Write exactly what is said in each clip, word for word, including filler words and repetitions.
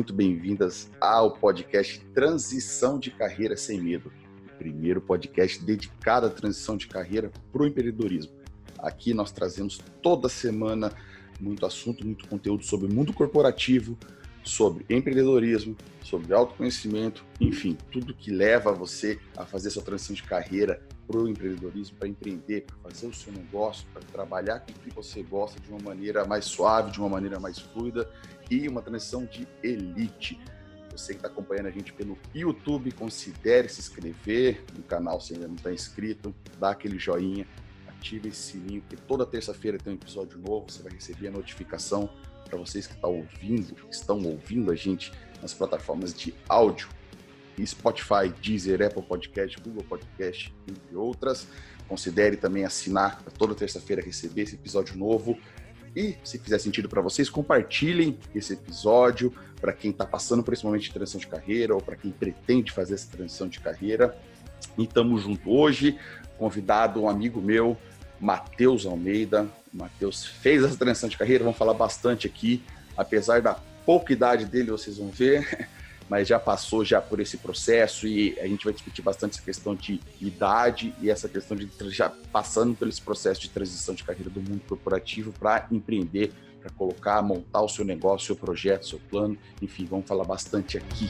muito bem-vindas ao podcast Transição de Carreira Sem Medo, o primeiro podcast dedicado à transição de carreira para o empreendedorismo. Aqui nós trazemos toda semana muito assunto, muito conteúdo sobre o mundo corporativo, sobre empreendedorismo, sobre autoconhecimento, enfim, tudo que leva você a fazer sua transição de carreira para o empreendedorismo, para empreender, para fazer o seu negócio, para trabalhar com o que você gosta de uma maneira mais suave, de uma maneira mais fluida e uma transição de elite. Você que está acompanhando a gente pelo YouTube, considere se inscrever no canal se ainda não está inscrito, dá aquele joinha, ative esse sininho, porque toda terça-feira tem um episódio novo, você vai receber a notificação para vocês que estão ouvindo, que estão ouvindo a gente nas plataformas de áudio, Spotify, Deezer, Apple Podcast, Google Podcast, entre outras. Considere também assinar para toda terça-feira receber esse episódio novo. E, se fizer sentido para vocês, compartilhem esse episódio para quem está passando por esse momento de transição de carreira ou para quem pretende fazer essa transição de carreira. E estamos juntos hoje, convidado um amigo meu, Matheus Almeida. O Matheus fez essa transição de carreira, vamos falar bastante aqui, apesar da pouca idade dele, vocês vão ver, mas já passou já por esse processo e a gente vai discutir bastante essa questão de idade e essa questão de já passando por esse processo de transição de carreira do mundo corporativo para empreender, para colocar, montar o seu negócio, seu projeto, seu plano, enfim, vamos falar bastante aqui.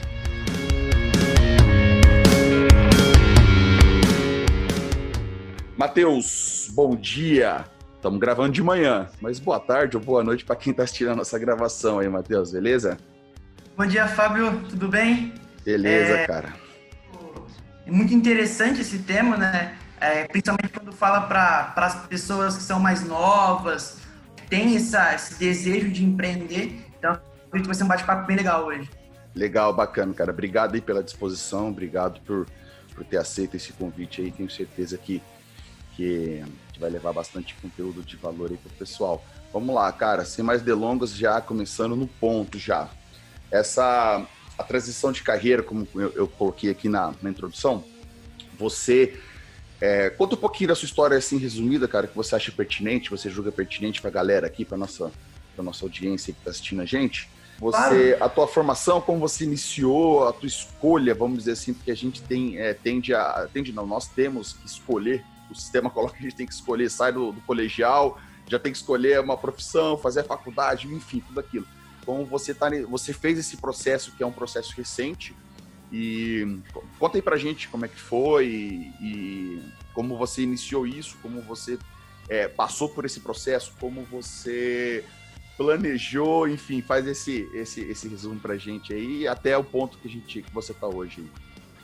Matheus, bom dia! Estamos gravando de manhã, mas boa tarde ou boa noite para quem está assistindo a nossa gravação aí, Matheus, beleza? Bom dia, Fábio, tudo bem? Beleza, é, cara. É muito interessante esse tema, né? É, principalmente quando fala para as pessoas que são mais novas, que têm essa, esse desejo de empreender. Então, acredito que vai ser um bate-papo bem legal hoje. Legal, bacana, cara. Obrigado aí pela disposição, obrigado por, por ter aceito esse convite aí. Tenho certeza que, que vai levar bastante conteúdo de valor aí pro pessoal. Vamos lá, cara, sem mais delongas, já começando no ponto já. Essa a transição de carreira, como eu, eu coloquei aqui na, na introdução, você é, conta um pouquinho da sua história assim resumida, cara, que você acha pertinente, você julga pertinente para a galera aqui, para nossa para nossa audiência que está assistindo a gente. Você, claro. A tua formação, como você iniciou, a tua escolha, vamos dizer assim, porque a gente tem é, tende a tende não, nós temos que escolher. O sistema coloca que a gente tem que escolher, sai do, do colegial, já tem que escolher uma profissão, fazer a faculdade, enfim, tudo aquilo. Como você, tá, você fez esse processo, que é um processo recente, e conta aí pra gente como é que foi e, e como você iniciou isso, como você é, passou por esse processo, como você planejou, enfim, faz esse, esse, esse resumo pra gente aí, até o ponto que, a gente, que você tá hoje aí.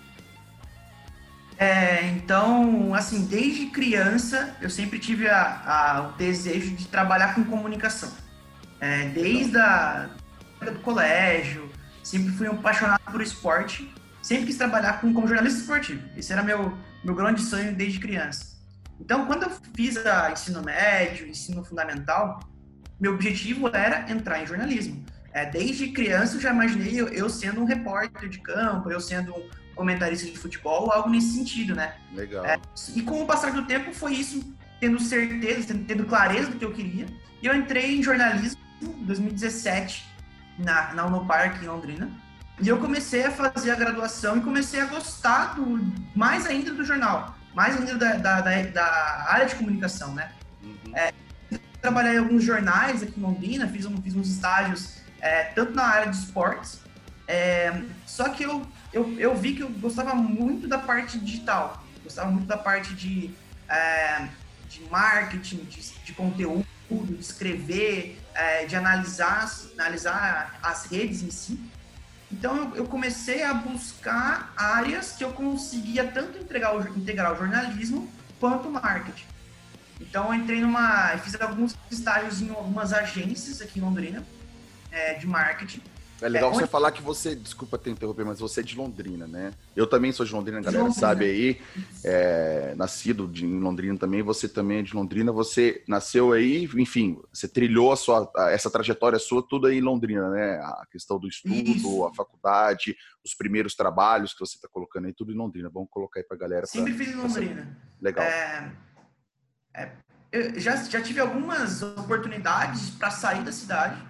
É, então, assim, desde criança, eu sempre tive a, a, o desejo de trabalhar com comunicação. É, desde a do colégio, sempre fui apaixonado por esporte, sempre quis trabalhar com, como jornalista esportivo. Esse era meu, meu grande sonho desde criança. Então, quando eu fiz a ensino médio, ensino fundamental, meu objetivo era entrar em jornalismo. É, desde criança, eu já imaginei eu, eu sendo um repórter de campo, eu sendo um comentarista de futebol, algo nesse sentido, né? Legal. É, e com o passar do tempo foi isso, tendo certeza, tendo, tendo clareza do que eu queria. E eu entrei em jornalismo em dois mil e dezessete, na, na Unopar, em Londrina. E eu comecei a fazer a graduação e comecei a gostar do, mais ainda do jornal, mais ainda da, da, da, da área de comunicação, né? Uhum. É, trabalhei em alguns jornais aqui em Londrina, fiz, um, fiz uns estágios, é, tanto na área de esportes, é, só que eu Eu, eu vi que eu gostava muito da parte digital, gostava muito da parte de, é, de marketing, de, de conteúdo, de escrever, é, de analisar, analisar as redes em si. Então, eu, eu comecei a buscar áreas que eu conseguia tanto entregar o, integrar o jornalismo quanto o marketing. Então, eu entrei numa... fiz alguns estágios em algumas agências aqui em Londrina, é, de marketing. É legal é, você onde... falar que você, desculpa te interromper, mas você é de Londrina, né? Eu também sou de Londrina, a galera Londrina. sabe aí, é, nascido de, em Londrina também, você também é de Londrina, você nasceu aí, enfim, você trilhou a sua, a, essa trajetória sua tudo aí em Londrina, né? A questão do estudo, Isso. a faculdade, os primeiros trabalhos que você está colocando aí, tudo em Londrina. Vamos colocar aí pra galera. Sempre pra, fiz em Londrina. Legal. É, é, eu já, já tive algumas oportunidades para sair da cidade,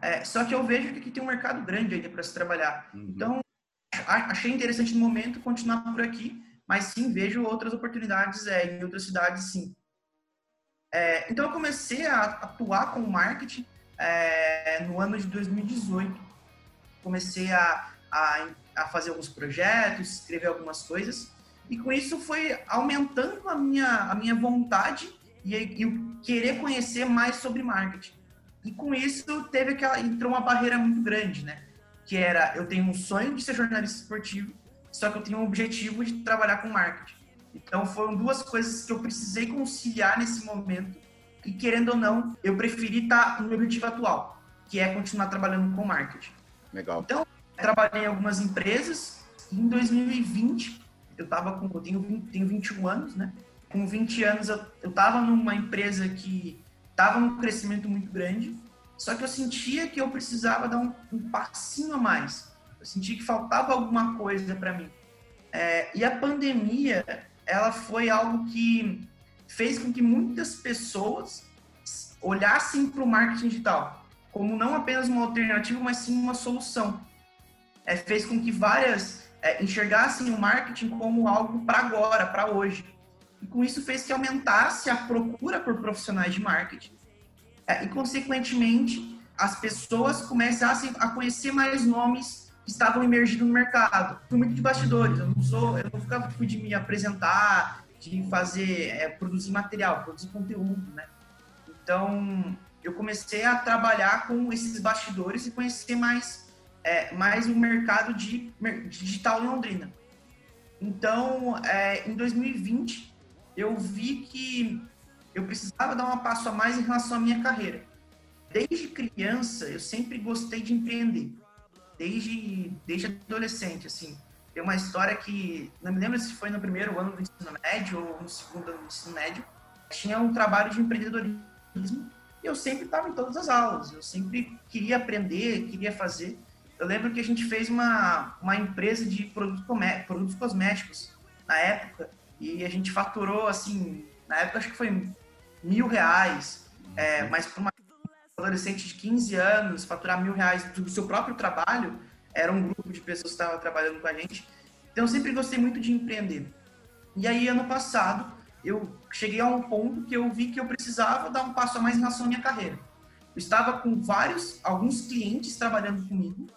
É, só que eu vejo que aqui tem um mercado grande ainda para se trabalhar. Uhum. Então, achei interessante no momento continuar por aqui, mas sim, vejo outras oportunidades é, em outras cidades, sim. É, então, eu comecei a atuar com marketing é, no ano de dois mil e dezoito. Comecei a, a, a fazer alguns projetos, escrever algumas coisas, e com isso foi aumentando a minha, a minha vontade e, e o querer conhecer mais sobre marketing. E com isso teve aquela, entrou uma barreira muito grande, né? Que era, eu tenho um sonho de ser jornalista esportivo, só que eu tenho um objetivo de trabalhar com marketing. Então foram duas coisas que eu precisei conciliar nesse momento. E querendo ou não, eu preferi estar no meu objetivo atual, que é continuar trabalhando com marketing. Legal. Então, eu trabalhei em algumas empresas e em dois mil e vinte, eu tava com, eu tenho, vinte, tenho vinte e um anos, né? Com vinte anos eu, eu tava numa empresa que tava num crescimento muito grande, só que eu sentia que eu precisava dar um, um passinho a mais. Eu sentia que faltava alguma coisa para mim. É, e a pandemia, ela foi algo que fez com que muitas pessoas olhassem para o marketing digital como não apenas uma alternativa, mas sim uma solução. É, fez com que várias é, enxergassem o marketing como algo para agora, para hoje. E com isso fez que aumentasse a procura por profissionais de marketing. É, e, consequentemente, as pessoas começassem a conhecer mais nomes que estavam emergindo no mercado. Fui muito de bastidores, eu não sou, eu não ficava fui de me apresentar, de fazer, é, produzir material, produzir conteúdo, né? Então, eu comecei a trabalhar com esses bastidores e conhecer mais, é, mais o mercado de, de digital em Londrina. Então, é, em dois mil e vinte, eu vi que eu precisava dar um passo a mais em relação à minha carreira. Desde criança, eu sempre gostei de empreender. Desde, desde adolescente, assim. Tem uma história que, não me lembro se foi no primeiro ano do ensino médio ou no segundo ano do ensino médio, tinha um trabalho de empreendedorismo e eu sempre estava em todas as aulas. Eu sempre queria aprender, queria fazer. Eu lembro que a gente fez uma, uma empresa de produtos, produtos cosméticos na época e a gente faturou, assim, na época acho que foi mil reais, é, mas para uma adolescente de quinze anos, faturar mil reais do seu próprio trabalho, era um grupo de pessoas que estavam trabalhando com a gente. Então, eu sempre gostei muito de empreender. E aí, ano passado, eu cheguei a um ponto que eu vi que eu precisava dar um passo a mais em relação à minha carreira. Eu estava com vários, alguns clientes trabalhando comigo,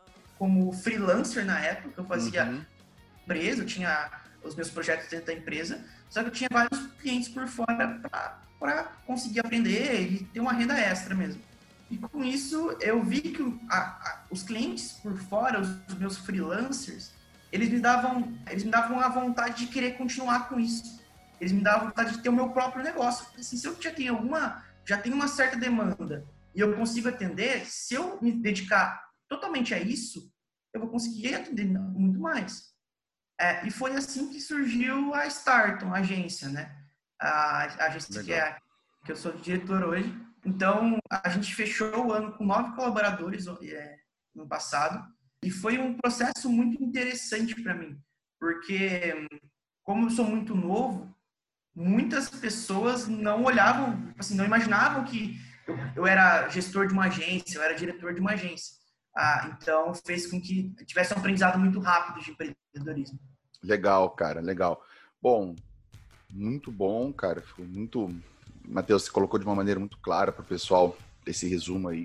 como freelancer na época, eu fazia uhum. empresa, eu tinha os meus projetos dentro da empresa, só que eu tinha vários clientes por fora para conseguir aprender e ter uma renda extra mesmo. E com isso, eu vi que a, a, os clientes por fora, os, os meus freelancers, eles me davam, eles me davam a vontade de querer continuar com isso. Eles me davam a vontade de ter o meu próprio negócio. Assim, se eu já tenho alguma, já tenho uma certa demanda e eu consigo atender, se eu me dedicar totalmente a isso, eu vou conseguir atender muito mais. É, e foi assim que surgiu a Starton, a agência, né? A, a agência que, é, que eu sou diretor hoje. Então, a gente fechou o ano com nove colaboradores é, no passado. E foi um processo muito interessante para mim. Porque, como eu sou muito novo, muitas pessoas não olhavam, assim, não imaginavam que eu, eu era gestor de uma agência, eu era diretor de uma agência. Ah, então, fez com que tivesse um aprendizado muito rápido de empreendedorismo. Legal, cara, legal. Bom, muito bom, cara. Foi muito... Matheus, você colocou de uma maneira muito clara para o pessoal esse resumo aí.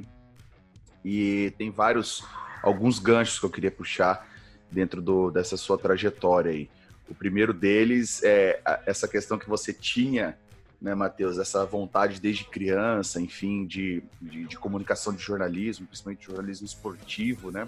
E tem vários, alguns ganchos que eu queria puxar dentro do, dessa sua trajetória aí. O primeiro deles é essa questão que você tinha, né, Matheus, essa vontade desde criança, enfim, de, de, de comunicação de jornalismo, principalmente de jornalismo esportivo, né?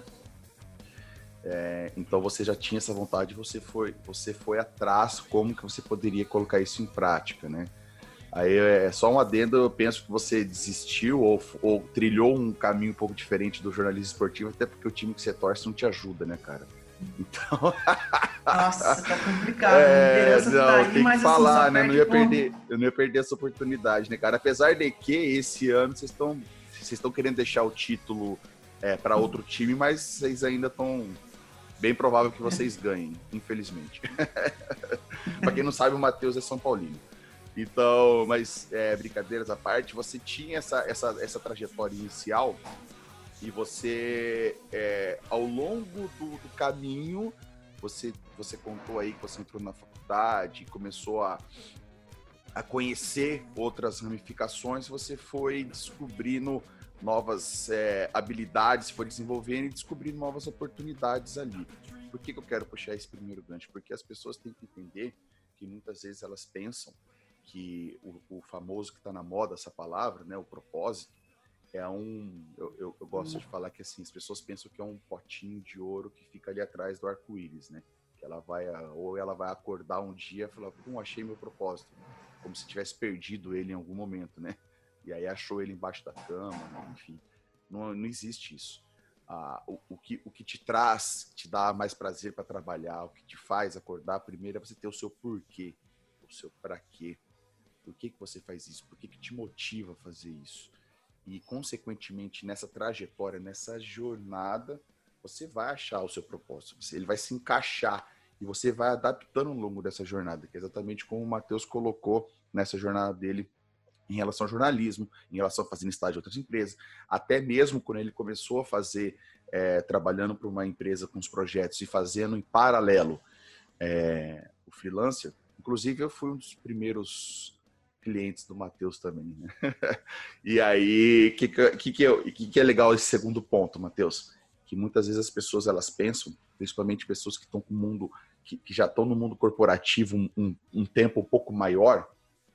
É, então você já tinha essa vontade, você foi, você foi atrás como que você poderia colocar isso em prática, né? Aí é só um adendo, eu penso que você desistiu ou, ou trilhou um caminho um pouco diferente do jornalismo esportivo, até porque o time que você torce não te ajuda, né, cara? Então... Nossa, tá complicado. É, não, tá aí, tem que falar, assim, né? Não ia como... perder, eu não ia perder essa oportunidade, né, cara? Apesar de que esse ano vocês estão vocês estão querendo deixar o título é, para outro time, mas vocês ainda estão... Bem provável que vocês ganhem, infelizmente. Para quem não sabe, o Matheus é São Paulino. Então, mas é, brincadeiras à parte, você tinha essa, essa, essa trajetória inicial E você, é, ao longo do, do caminho, você, você contou aí que você entrou na faculdade, começou a, a conhecer outras ramificações, você foi descobrindo novas é, habilidades, foi desenvolvendo e descobrindo novas oportunidades ali. Por que que eu quero puxar esse primeiro gancho? Porque as pessoas têm que entender que muitas vezes elas pensam que o, o famoso que está na moda, essa palavra, né, o propósito, é um... Eu, eu, eu gosto de falar que assim, as pessoas pensam que é um potinho de ouro que fica ali atrás do arco-íris, né? Que ela vai, ou ela vai acordar um dia e falar, pum, achei meu propósito. Como se tivesse perdido ele em algum momento, né? E aí achou ele embaixo da cama, né? Enfim. Não, não existe isso. Ah, o, o, que, o que te traz, te dá mais prazer para trabalhar, o que te faz acordar primeiro é você ter o seu porquê, o seu para quê. Por que que você faz isso? Por que que te motiva a fazer isso? E, consequentemente, nessa trajetória, nessa jornada, você vai achar o seu propósito. Você, ele vai se encaixar e você vai adaptando ao longo dessa jornada, que é exatamente como o Matheus colocou nessa jornada dele em relação ao jornalismo, em relação a fazer estágio em outras empresas, até mesmo quando ele começou a fazer, é, trabalhando para uma empresa com os projetos e fazendo em paralelo é, o freelancer. Inclusive, eu fui um dos primeiros clientes do Matheus também, né? E aí, o que, que, que, é, que, que é legal esse segundo ponto, Matheus? Que muitas vezes as pessoas, elas pensam, principalmente pessoas que estão com o mundo, que, que já estão no mundo corporativo um, um, um tempo um pouco maior,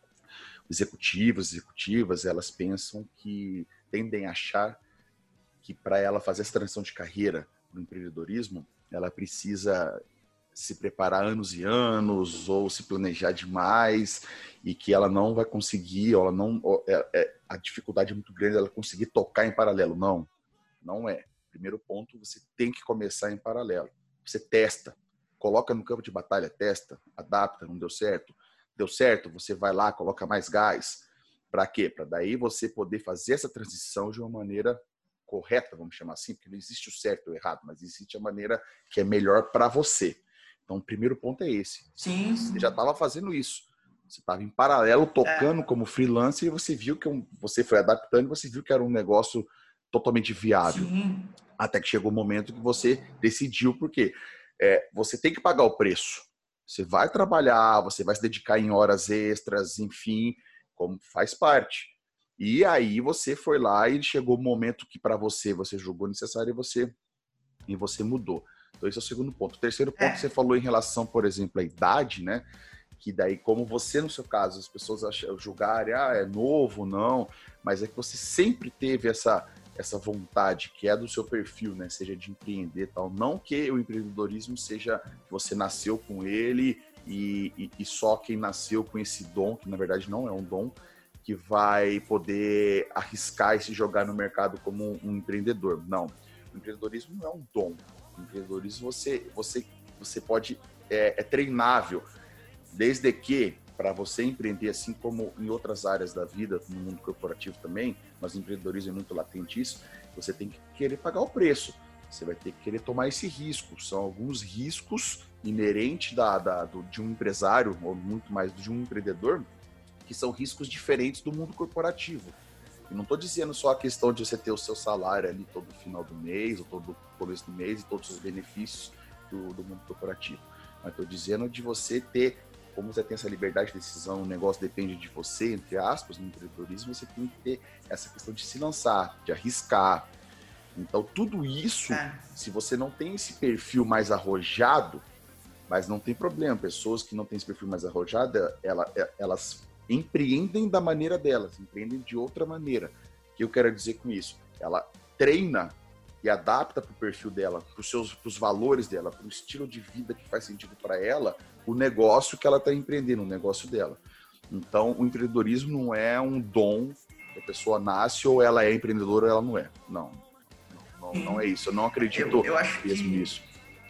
executivos, executivas, elas pensam que tendem a achar que para ela fazer essa transição de carreira no empreendedorismo, ela precisa se preparar anos e anos ou se planejar demais e que ela não vai conseguir, ou ela não, ou é, é, a dificuldade é muito grande ela conseguir tocar em paralelo. Não, não é. Primeiro ponto, você tem que começar em paralelo. Você testa, coloca no campo de batalha, testa, adapta, não deu certo. Deu certo, você vai lá, coloca mais gás. Para quê? Para daí você poder fazer essa transição de uma maneira correta, vamos chamar assim, porque não existe o certo ou o errado, mas existe a maneira que é melhor para você. Então, o primeiro ponto é esse. Sim, sim. Você já estava fazendo isso. Você estava em paralelo, tocando É. como freelancer, e você viu que um, você foi adaptando, e você viu que era um negócio totalmente viável. Sim. Até que chegou o momento que você decidiu, porque é, você tem que pagar o preço. Você vai trabalhar, você vai se dedicar em horas extras, enfim, como faz parte. E aí você foi lá e chegou o momento que para você, você julgou necessário e você, e você mudou. Então esse é o segundo ponto. O terceiro ponto, É. você falou em relação, por exemplo, à idade, né? Que daí, como você, no seu caso, as pessoas acham, julgarem, ah, é novo, não, mas é que você sempre teve essa, essa vontade, que é do seu perfil, né? Seja de empreender e tal. Não que o empreendedorismo seja que você nasceu com ele e, e, e só quem nasceu com esse dom, que na verdade não é um dom, que vai poder arriscar e se jogar no mercado como um empreendedor. Não. O empreendedorismo não é um dom. O empreendedorismo você, você, você pode, é, é treinável, desde que para você empreender, assim como em outras áreas da vida, no mundo corporativo também, mas o empreendedorismo é muito latente isso, você tem que querer pagar o preço. Você vai ter que querer tomar esse risco. São alguns riscos inerentes da, da, do, de um empresário, ou muito mais de um empreendedor, que são riscos diferentes do mundo corporativo. E não estou dizendo só a questão de você ter o seu salário ali todo final do mês, ou todo começo do mês, e todos os benefícios do, do mundo corporativo. Mas estou dizendo de você ter, como você tem essa liberdade de decisão, o negócio depende de você, entre aspas, no empreendedorismo, você tem que ter essa questão de se lançar, de arriscar. Então, tudo isso, É. se você não tem esse perfil mais arrojado, mas não tem problema, pessoas que não têm esse perfil mais arrojado, ela, elas empreendem da maneira delas, empreendem de outra maneira. O que eu quero dizer com isso? Ela treina e adapta para o perfil dela, para os seus, para os valores dela, para o estilo de vida que faz sentido para ela, o negócio que ela está empreendendo, o negócio dela. Então, o empreendedorismo não é um dom que a pessoa nasce ou ela é empreendedora ou ela não é. Não, não, não é isso. Eu não acredito eu, eu acho mesmo que, nisso.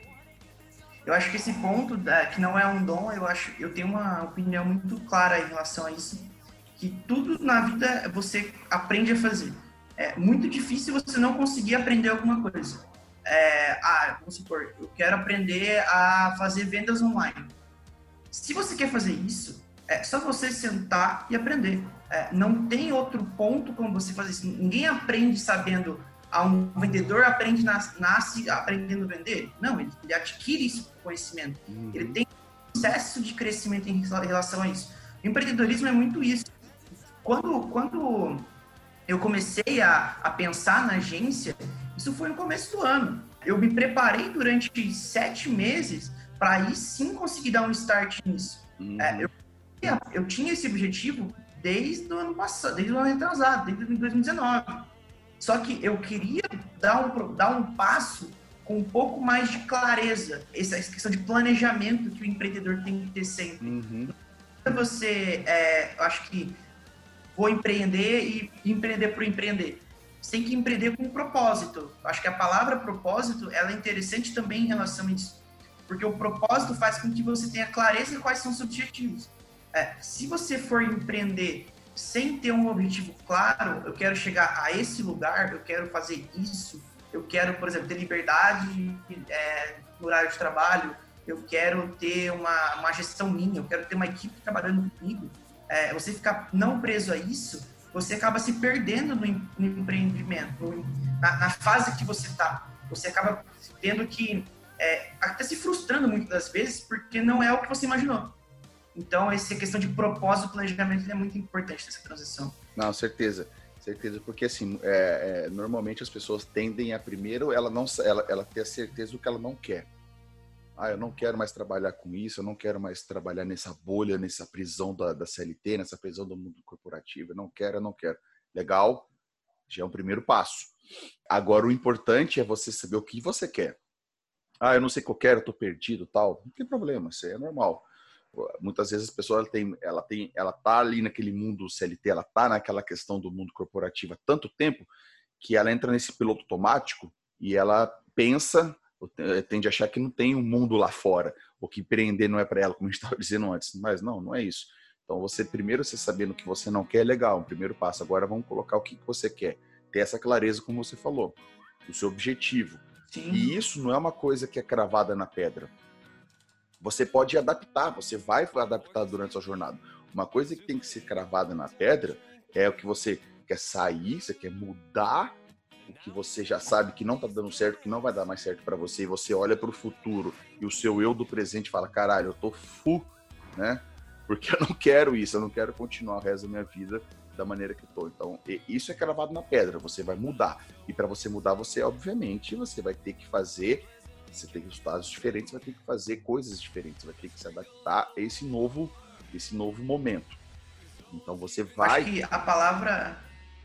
Eu acho que esse ponto da, que não é um dom, eu acho, eu tenho uma opinião muito clara em relação a isso, que tudo na vida você aprende a fazer. É muito difícil você não conseguir aprender alguma coisa. É, ah, vamos supor, eu quero aprender a fazer vendas online. Se você quer fazer isso, é só você sentar e aprender. É, não tem outro ponto como você fazer isso. Ninguém aprende sabendo, um vendedor aprende, nasce aprendendo a vender? Não, ele, ele adquire esse conhecimento. Uhum. Ele tem um processo de crescimento em relação a isso. O empreendedorismo é muito isso. Quando, quando eu comecei a, a pensar na agência, isso foi no começo do ano. Eu me preparei durante sete meses para aí sim conseguir dar um start nisso. Uhum. É, eu, eu tinha esse objetivo desde o ano passado, desde o ano retrasado, desde dois mil e dezenove. Só que eu queria dar um, dar um passo com um pouco mais de clareza. Essa questão de planejamento que o empreendedor tem que ter sempre. Uhum. Você, é, eu acho que vou empreender e empreender por empreender. Você tem que empreender com um propósito. Eu acho que a palavra propósito, ela é interessante também em relação a isso. Porque o propósito faz com que você tenha clareza de quais são os objetivos. É, se você for empreender sem ter um objetivo claro, eu quero chegar a esse lugar, eu quero fazer isso, eu quero, por exemplo, ter liberdade é, no horário de trabalho, eu quero ter uma, uma gestão minha, eu quero ter uma equipe trabalhando comigo. É, você ficar não preso a isso, você acaba se perdendo no, no empreendimento, no, na, na fase que você está. Você acaba tendo que, é, até se frustrando muitas das vezes, porque não é o que você imaginou. Então, essa questão de propósito e planejamento é muito importante nessa transição. Não, certeza. Certeza, porque assim, é, é, normalmente as pessoas tendem a primeiro, ela, não, ela, ela ter a certeza do que ela não quer. Ah, eu não quero mais trabalhar com isso, eu não quero mais trabalhar nessa bolha, nessa prisão da, da C L T, nessa prisão do mundo corporativo. Eu não quero, eu não quero. Legal, já é um primeiro passo. Agora, o importante é você saber o que você quer. Ah, eu não sei o que eu quero, eu tô perdido, tal. Não tem problema, isso aí é normal. Muitas vezes a pessoa ela tem, ela tem, ela tá ali naquele mundo C L T, ela tá naquela questão do mundo corporativo há tanto tempo que ela entra nesse piloto automático e ela pensa, tende a achar que não tem um mundo lá fora, ou que empreender não é para ela, como a gente estava dizendo antes. Mas não, não é isso. Então você primeiro você sabendo o que você não quer é legal, um primeiro passo. Agora vamos colocar o que você quer, ter essa clareza como você falou, o seu objetivo. Sim. E isso não é uma coisa que é cravada na pedra. Você pode adaptar, você vai adaptar durante a sua jornada. Uma coisa que tem que ser cravada na pedra é o que você quer sair, você quer mudar o que você já sabe que não está dando certo, que não vai dar mais certo para você, e você olha para o futuro e o seu eu do presente fala, caralho, eu tô full, né? Porque eu não quero isso, eu não quero continuar o resto da minha vida da maneira que eu tô. Então, isso é cravado na pedra, você vai mudar. E para você mudar, você, obviamente, você vai ter que fazer... Você tem resultados diferentes, vai ter que fazer coisas diferentes, vai ter que se adaptar a esse novo, esse novo momento. Então você vai... Acho que a palavra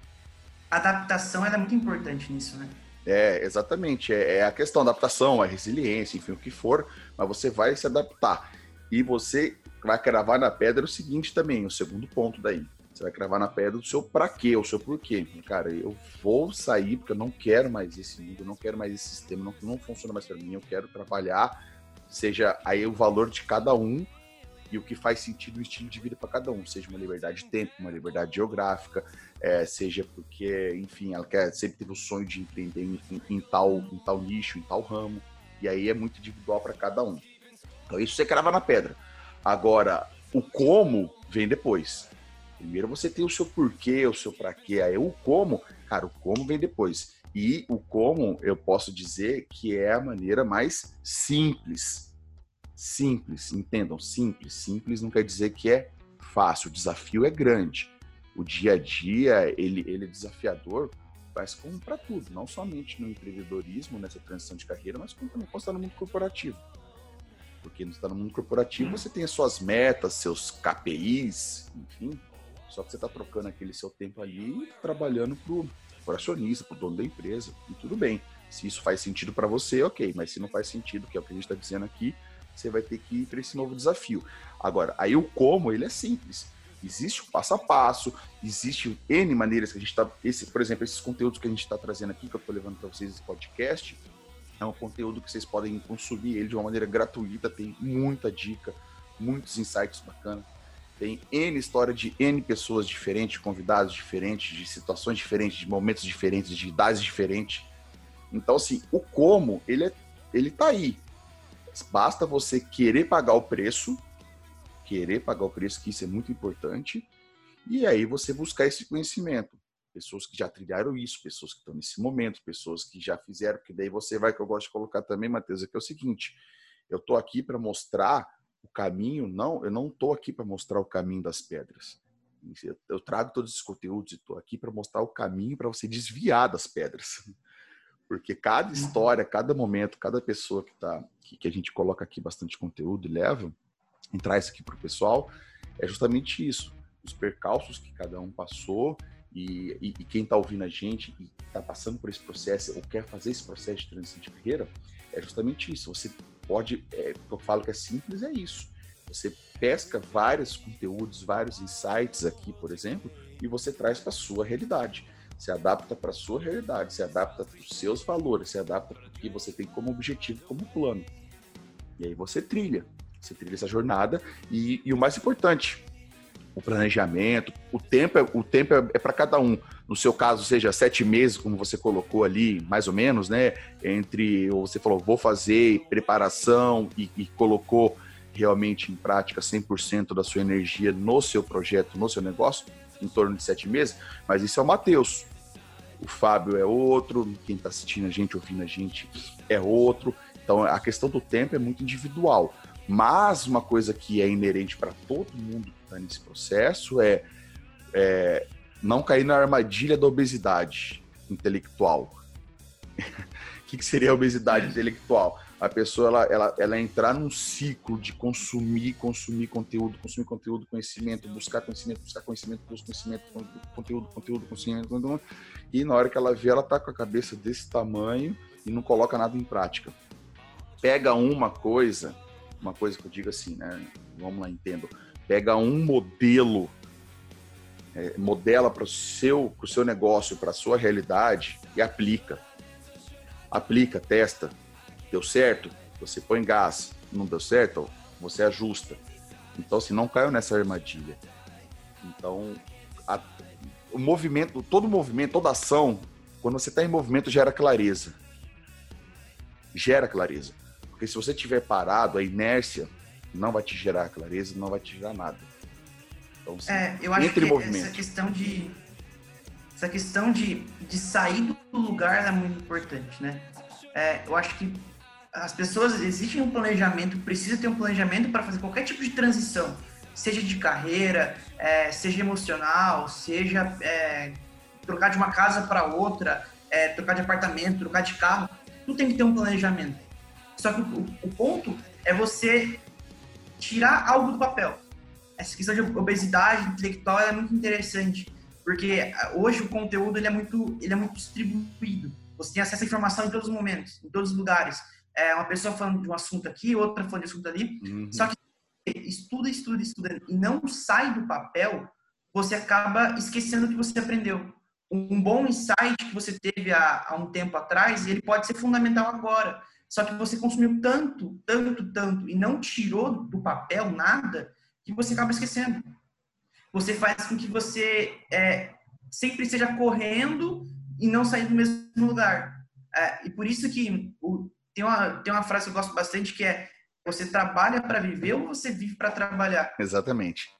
adaptação ela é muito importante nisso, né? É, exatamente. É, é a questão da adaptação, a resiliência, enfim, o que for, mas você vai se adaptar. E você vai cravar na pedra o seguinte também, o segundo ponto daí. Você vai cravar na pedra o seu pra quê, o seu porquê. Cara, eu vou sair porque eu não quero mais esse mundo, eu não quero mais esse sistema, não, não funciona mais para mim, eu quero trabalhar, seja aí o valor de cada um e o que faz sentido no estilo de vida para cada um, seja uma liberdade de tempo, uma liberdade geográfica, é, seja porque, enfim, ela quer, sempre teve o sonho de empreender em, em, em, tal, em tal nicho, em tal ramo, e aí é muito individual para cada um. Então isso você crava na pedra. Agora, o como vem depois. Primeiro você tem o seu porquê, o seu pra quê, aí o como, cara, o como vem depois. E o como, eu posso dizer que é a maneira mais simples. Simples, entendam, simples. Simples não quer dizer que é fácil, o desafio é grande. O dia a dia, ele, ele é desafiador, mas como para tudo, não somente no empreendedorismo, nessa transição de carreira, mas como também quando está no mundo corporativo. Porque não está no mundo corporativo, você tem as suas metas, seus K P Is, enfim... Só que você está trocando aquele seu tempo ali trabalhando para o acionista, para o dono da empresa, e tudo bem. Se isso faz sentido para você, ok. Mas se não faz sentido, que é o que a gente está dizendo aqui, você vai ter que ir para esse novo desafio. Agora, aí o como, ele é simples. Existe o passo a passo, existe N maneiras que a gente está... Esse, por exemplo, esses conteúdos que a gente está trazendo aqui, que eu estou levando para vocês esse podcast, é um conteúdo que vocês podem consumir ele de uma maneira gratuita, tem muita dica, muitos insights bacanas. Tem N história de N pessoas diferentes, de convidados diferentes, de situações diferentes, de momentos diferentes, de idades diferentes. Então, assim, o como, ele, é, ele tá aí. Basta você querer pagar o preço, querer pagar o preço, que isso é muito importante, e aí você buscar esse conhecimento. pessoas que já trilharam isso, pessoas que estão nesse momento, pessoas que já fizeram, que daí você vai, que eu gosto de colocar também, Matheus, é que é o seguinte, eu estou aqui para mostrar o caminho, não, eu não estou aqui para mostrar o caminho das pedras. Eu trago todos esses conteúdos e estou aqui para mostrar o caminho para você desviar das pedras. Porque cada história, cada momento, cada pessoa que, tá, que, que a gente coloca aqui bastante conteúdo e leva, e traz aqui para o pessoal, é justamente isso. Os percalços que cada um passou e, e, e quem está ouvindo a gente e está passando por esse processo ou quer fazer esse processo de transição de carreira, é justamente isso. Você pode, é, eu falo que é simples, é isso. Você pesca vários conteúdos, vários insights aqui, por exemplo, e você traz para a sua realidade. Se adapta para a sua realidade, se adapta para os seus valores, se adapta para o que você tem como objetivo, como plano. E aí você trilha, você trilha essa jornada e, e o mais importante, o planejamento, o tempo, é, o tempo é, é para cada um. No seu caso, seja sete meses, como você colocou ali, mais ou menos, né? Entre, ou você falou, vou fazer preparação e, e colocou realmente em prática cem por cento da sua energia no seu projeto, no seu negócio, em torno de sete meses, mas isso é o Matheus. O Fábio é outro, quem está assistindo a gente, ouvindo a gente é outro. Então, a questão do tempo é muito individual. Mas uma coisa que é inerente para todo mundo que está nesse processo é, é não cair na armadilha da obesidade intelectual. O que, que seria a obesidade intelectual? A pessoa ela, ela, ela entrar num ciclo de consumir, consumir conteúdo, consumir conteúdo, conhecimento, buscar conhecimento, buscar conhecimento, buscar conhecimento, conteúdo, conteúdo, conhecimento, conteúdo, e na hora que ela vê, ela tá com a cabeça desse tamanho e não coloca nada em prática. Pega uma coisa, uma coisa que eu digo assim, né? Vamos lá, entendo. Pega um modelo, é, modela para o seu, pro seu negócio, para a sua realidade e aplica. Aplica, testa. Deu certo? Você põe gás. Não deu certo? Você ajusta. Então, assim, não caiu nessa armadilha. Então, a, o movimento, todo movimento, toda ação, quando você está em movimento, gera clareza. Gera clareza. Porque se você estiver parado, a inércia não vai te gerar clareza, não vai te gerar nada. Então, assim, é, eu acho que movimento. essa questão de essa questão de, de sair do lugar é muito importante, né? É, eu acho que as pessoas, existe um planejamento, precisa ter um planejamento para fazer qualquer tipo de transição, seja de carreira, é, seja emocional, seja é, trocar de uma casa para outra, é, trocar de apartamento, trocar de carro, tudo tem que ter um planejamento. Só que o, o ponto é você tirar algo do papel. Essa questão de obesidade intelectual é muito interessante, porque hoje o conteúdo ele é, muito, ele é muito distribuído. Você tem acesso à informação em todos os momentos, em todos os lugares. É uma pessoa falando de um assunto aqui, outra falando de um assunto ali. Uhum. Só que estuda, estuda, estuda e não sai do papel, você acaba esquecendo o que você aprendeu. Um bom insight que você teve há, há um tempo atrás, ele pode ser fundamental agora. Só que você consumiu tanto, tanto, tanto e não tirou do papel nada que você acaba esquecendo. Você faz com que você é, sempre esteja correndo e não sair do mesmo lugar. É, e por isso que o, tem, uma, tem uma frase que eu gosto bastante que é: você trabalha para viver ou você vive para trabalhar? Exatamente.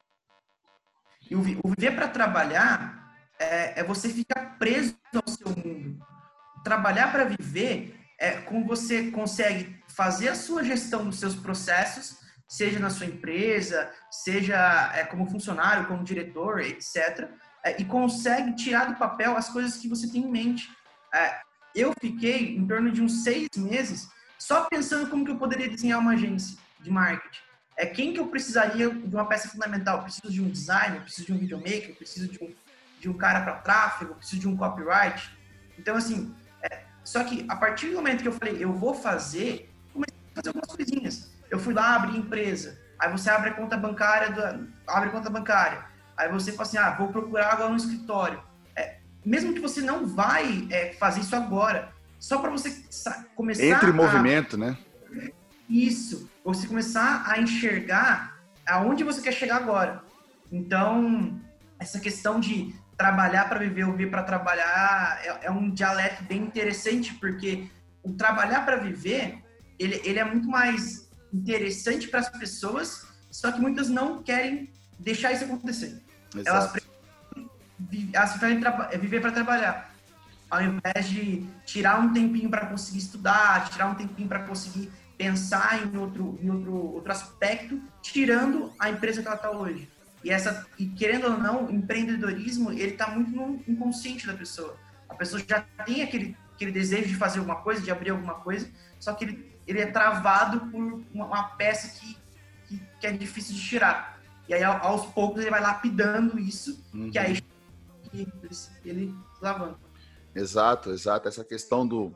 E o, o viver para trabalhar é, é você ficar preso ao seu mundo. Trabalhar para viver é como você consegue fazer a sua gestão dos seus processos, seja na sua empresa, seja é, como funcionário, como diretor, etcétera, é, e consegue tirar do papel as coisas que você tem em mente. É, eu fiquei em torno de uns seis meses só pensando como que eu poderia desenhar uma agência de marketing. É, quem que eu precisaria de uma peça fundamental? Eu preciso de um designer, eu preciso de um videomaker, eu preciso de um, de um cara para tráfego, eu preciso de um copyright. Então, assim, é, só que a partir do momento que eu falei, eu vou fazer, comecei a fazer algumas coisinhas. Eu fui lá, abri empresa, aí você abre a conta bancária, do, abre a conta bancária, aí você fala assim, ah, vou procurar agora um escritório. É, mesmo que você não vai é, fazer isso agora, só para você começar Entre em movimento, a... né? Isso, você começar a enxergar aonde você quer chegar agora. Então, essa questão de trabalhar para viver ou viver para trabalhar é, é um dialeto bem interessante, porque o trabalhar para viver, ele, ele é muito mais interessante para as pessoas, só que muitas não querem deixar isso acontecer. Exato. Elas preferem a se é viver para trabalhar. Ao invés de tirar um tempinho para conseguir estudar, tirar um tempinho para conseguir pensar em outro, em outro, outro aspecto, tirando a empresa que ela está hoje. E, essa, e querendo ou não, o empreendedorismo, ele está muito no inconsciente da pessoa. A pessoa já tem aquele, aquele desejo de fazer alguma coisa, de abrir alguma coisa, só que ele, ele é travado por uma, uma peça que, que, que é difícil de tirar. E aí, aos poucos, ele vai lapidando isso, uhum. que aí ele, ele lavando. Exato, exato. Essa questão do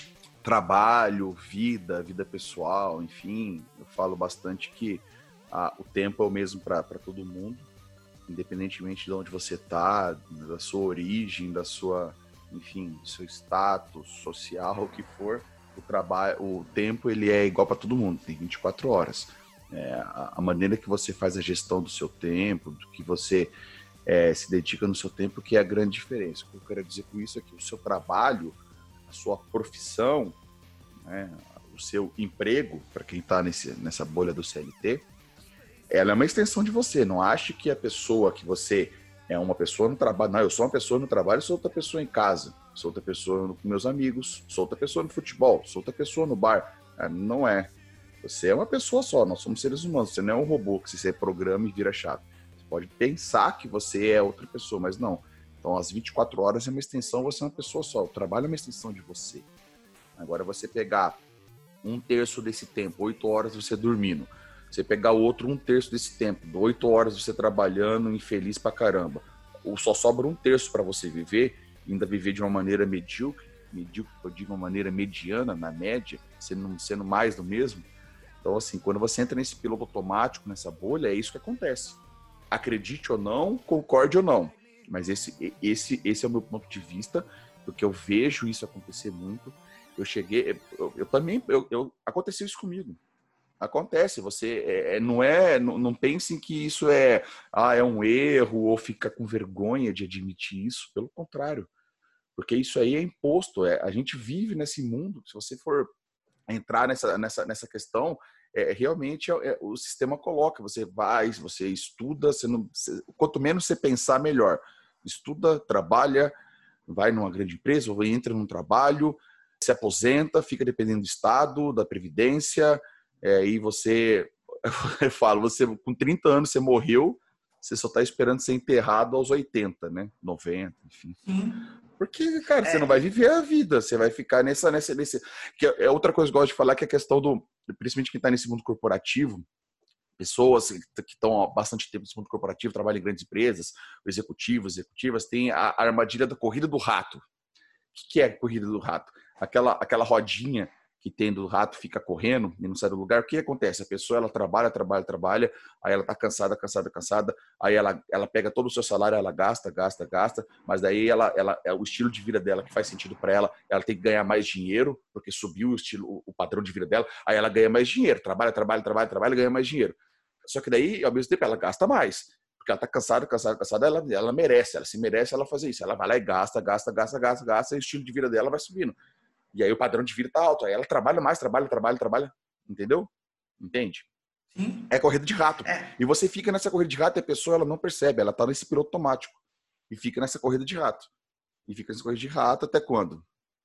trabalho, vida, vida pessoal, enfim, eu falo bastante que ah, o tempo é o mesmo para todo mundo, independentemente de onde você está, da sua origem, da sua, enfim, do seu status social, o que for, o trabalho, o tempo ele é igual para todo mundo, tem vinte e quatro horas. É, a, a maneira que você faz a gestão do seu tempo, do que você É, se dedica no seu tempo, que é a grande diferença. O que eu quero dizer com isso é que o seu trabalho, a sua profissão, né, o seu emprego, para quem está nessa bolha do C L T, ela é uma extensão de você. Não ache que a pessoa que você é uma pessoa no trabalho. Não, eu sou uma pessoa no trabalho, sou outra pessoa em casa, sou outra pessoa com meus amigos, sou outra pessoa no futebol, sou outra pessoa no bar. Não é. Você é uma pessoa só, nós somos seres humanos. Você não é um robô que você programa e vira chave. Pode pensar que você é outra pessoa, mas não. Então, as vinte e quatro horas é uma extensão, você é uma pessoa só. O trabalho é uma extensão de você. Agora, você pegar um terço desse tempo, oito horas você dormindo. Você pegar o outro um terço desse tempo, oito horas você trabalhando, infeliz pra caramba. Ou só sobra um terço para você viver, ainda viver de uma maneira medíocre, medíocre, de uma maneira mediana, na média, sendo, sendo mais do mesmo. Então, assim, quando você entra nesse piloto automático, nessa bolha, é isso que acontece. Acredite ou não, concorde ou não, mas esse, esse, esse é o meu ponto de vista, porque eu vejo isso acontecer muito. Eu cheguei, eu, eu também, eu, eu, aconteceu isso comigo. Acontece, você é, não é, não, não pense que isso é, ah, é um erro ou fica com vergonha de admitir isso, pelo contrário, porque isso aí é imposto, é, a gente vive nesse mundo, se você for entrar nessa, nessa, nessa questão, É, realmente é, é, o sistema coloca, você vai, você estuda, você não, você, quanto menos você pensar, melhor. Estuda, trabalha, vai numa grande empresa, ou entra num trabalho, se aposenta, fica dependendo do Estado, da Previdência, é, e você, eu falo, você com trinta anos você morreu, você só está esperando ser enterrado aos oitenta, né? noventa, enfim. Porque, cara, você não vai viver a vida, você vai ficar nessa... nessa, nesse que é outra coisa que eu gosto de falar, que é a questão do... Principalmente quem está nesse mundo corporativo, pessoas que estão há bastante tempo nesse mundo corporativo, trabalham em grandes empresas, executivos, executivas, tem a, a armadilha da corrida do rato. O que, que é a corrida do rato? Aquela, aquela rodinha que tem do rato, fica correndo e não sai do lugar. O que acontece? A pessoa, ela trabalha, trabalha, trabalha, aí ela tá cansada, cansada, cansada, aí ela, ela pega todo o seu salário, ela gasta, gasta, gasta, mas daí ela, ela, é o estilo de vida dela que faz sentido para ela, ela tem que ganhar mais dinheiro, porque subiu o estilo, o padrão de vida dela, aí ela ganha mais dinheiro, trabalha, trabalha, trabalha, trabalha, ganha mais dinheiro. Só que daí, ao mesmo tempo, ela gasta mais, porque ela tá cansada, cansada, cansada, ela, ela merece, ela se merece ela fazer isso, ela vai lá e gasta, gasta, gasta, gasta, gasta, e o estilo de vida dela vai subindo. E aí o padrão de vida tá alto. Aí ela trabalha mais, trabalha, trabalha, trabalha. Entendeu? Entende? Sim. É corrida de rato. É. E você fica nessa corrida de rato e a pessoa ela não percebe. Ela tá nesse piloto automático. E fica nessa corrida de rato. E fica nessa corrida de rato até quando?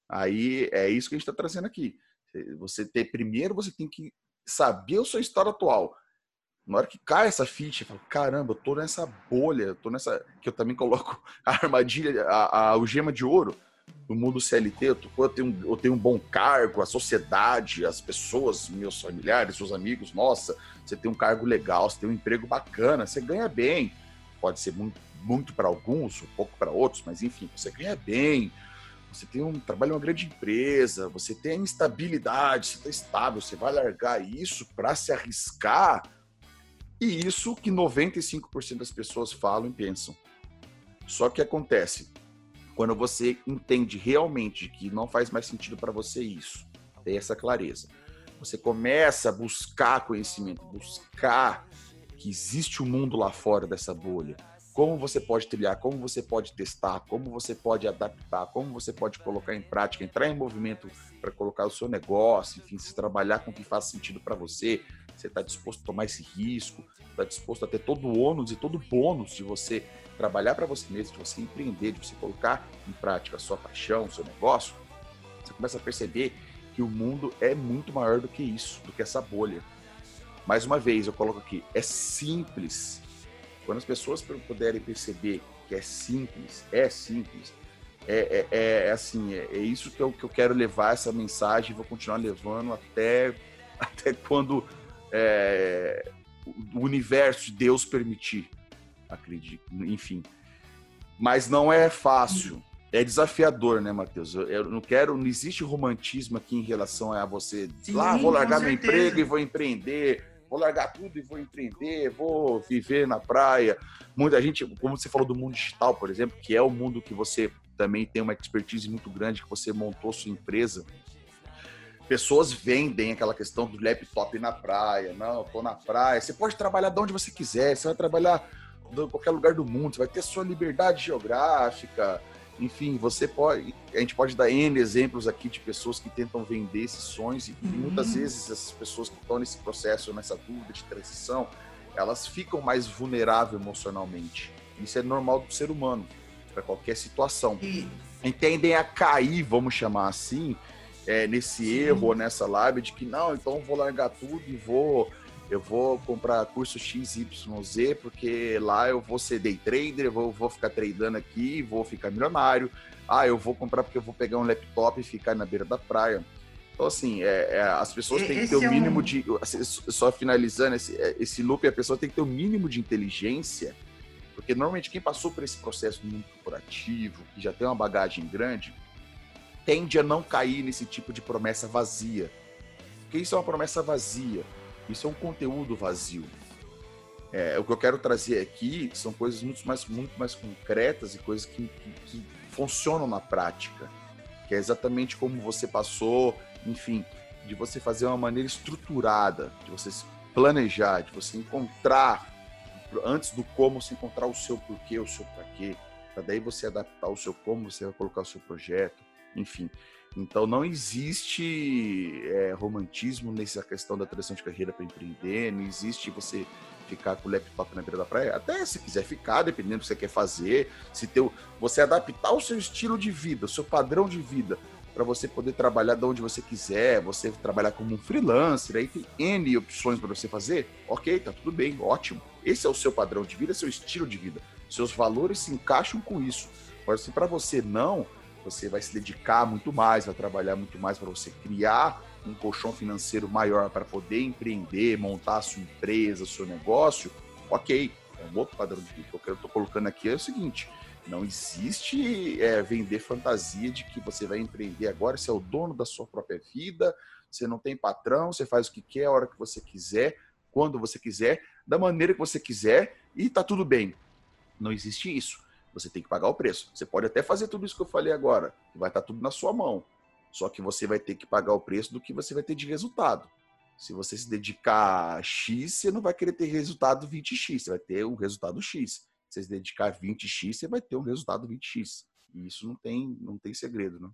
Aí é isso que a gente tá trazendo aqui. Você ter, primeiro você tem que saber o seu estado atual. Na hora que cai essa ficha, fala, caramba, eu tô nessa bolha, eu tô nessa... Que eu também coloco a armadilha, a, a algema de ouro. No mundo C L T, eu, tô, eu, tenho, eu tenho um bom cargo, a sociedade, as pessoas, meus familiares, seus amigos, nossa, você tem um cargo legal, você tem um emprego bacana, você ganha bem. Pode ser muito, muito para alguns, um pouco para outros, mas enfim, você ganha bem, você tem um trabalho em uma grande empresa, você tem a instabilidade, você está estável, você vai largar isso para se arriscar. E isso que noventa e cinco por cento das pessoas falam e pensam. Só que acontece... Quando você entende realmente que não faz mais sentido para você isso, ter essa clareza, você começa a buscar conhecimento, buscar que existe um mundo lá fora dessa bolha, como você pode trilhar, como você pode testar, como você pode adaptar, como você pode colocar em prática, entrar em movimento para colocar o seu negócio, enfim, se trabalhar com o que faz sentido para você, você está disposto a tomar esse risco, está disposto a ter todo o ônus e todo o bônus de você trabalhar para você mesmo, de você empreender, de você colocar em prática a sua paixão, o seu negócio, você começa a perceber que o mundo é muito maior do que isso, do que essa bolha. Mais uma vez, eu coloco aqui, é simples. Quando as pessoas puderem perceber que é simples, é simples, é, é, é assim, é, é isso que eu, que eu quero levar essa mensagem e vou continuar levando até, até quando é, o universo de Deus permitir, acredito, enfim. Mas não é fácil, é desafiador, né, Matheus? Eu, eu não quero, não existe romantismo aqui em relação a você, Sim, lá, vou largar meu certeza. emprego e vou empreender, vou largar tudo e vou empreender, vou viver na praia. Muita gente, como você falou do mundo digital, por exemplo, que é o mundo que você também tem uma expertise muito grande, que você montou sua empresa. Pessoas vendem aquela questão do laptop na praia. Não, eu tô na praia. Você pode trabalhar de onde você quiser, você vai trabalhar em qualquer lugar do mundo, você vai ter sua liberdade geográfica. Enfim, você pode, a gente pode dar N exemplos aqui de pessoas que tentam vender esses sonhos e, uhum. muitas vezes essas pessoas que estão nesse processo, nessa dúvida de transição, elas ficam mais vulneráveis emocionalmente. Isso é normal do ser humano, para qualquer situação. E... entendem a cair, vamos chamar assim, é, nesse Sim. erro, nessa lábia de que não, então eu vou largar tudo e vou... eu vou comprar curso X Y Z, porque lá eu vou ser day trader, eu vou, vou ficar tradando aqui, vou ficar milionário. Ah, eu vou comprar porque eu vou pegar um laptop e ficar na beira da praia. Então, assim, é, é, as pessoas têm que ter o é mínimo um... de... Só finalizando, esse, esse loop, a pessoa tem que ter o mínimo de inteligência, porque normalmente quem passou por esse processo do mundo corporativo, que já tem uma bagagem grande, tende a não cair nesse tipo de promessa vazia. Porque isso é uma promessa vazia. Isso é um conteúdo vazio. É, o que eu quero trazer aqui são coisas muito mais, muito mais concretas e coisas que, que, que funcionam na prática. Que é exatamente como você passou, enfim, de você fazer uma maneira estruturada, de você se planejar, de você encontrar, antes do como, você encontrar o seu porquê, o seu pra quê, para daí você adaptar o seu como, você vai colocar o seu projeto, enfim. Então, não existe é, romantismo nessa questão da transição de carreira para empreender, não existe você ficar com o laptop na beira da praia, até se quiser ficar, dependendo do que você quer fazer, se teu, você adaptar o seu estilo de vida, o seu padrão de vida, para você poder trabalhar de onde você quiser, você trabalhar como um freelancer, aí tem N opções para você fazer, ok, tá tudo bem, ótimo. Esse é o seu padrão de vida, seu estilo de vida, seus valores se encaixam com isso. Agora, se para você não... você vai se dedicar muito mais, vai trabalhar muito mais para você criar um colchão financeiro maior para poder empreender, montar a sua empresa, o seu negócio, ok, é um outro padrão de vida. O que eu estou colocando aqui é o seguinte, não existe é, vender fantasia de que você vai empreender agora, você é o dono da sua própria vida, você não tem patrão, você faz o que quer, a hora que você quiser, quando você quiser, da maneira que você quiser e está tudo bem. Não existe isso. Você tem que pagar o preço. Você pode até fazer tudo isso que eu falei agora, que vai estar tudo na sua mão. Só que você vai ter que pagar o preço do que você vai ter de resultado. Se você se dedicar a X, você não vai querer ter resultado vinte x, você vai ter um resultado X. Se você se dedicar a vinte x, você vai ter um resultado vinte x. E isso não tem, não tem segredo, né?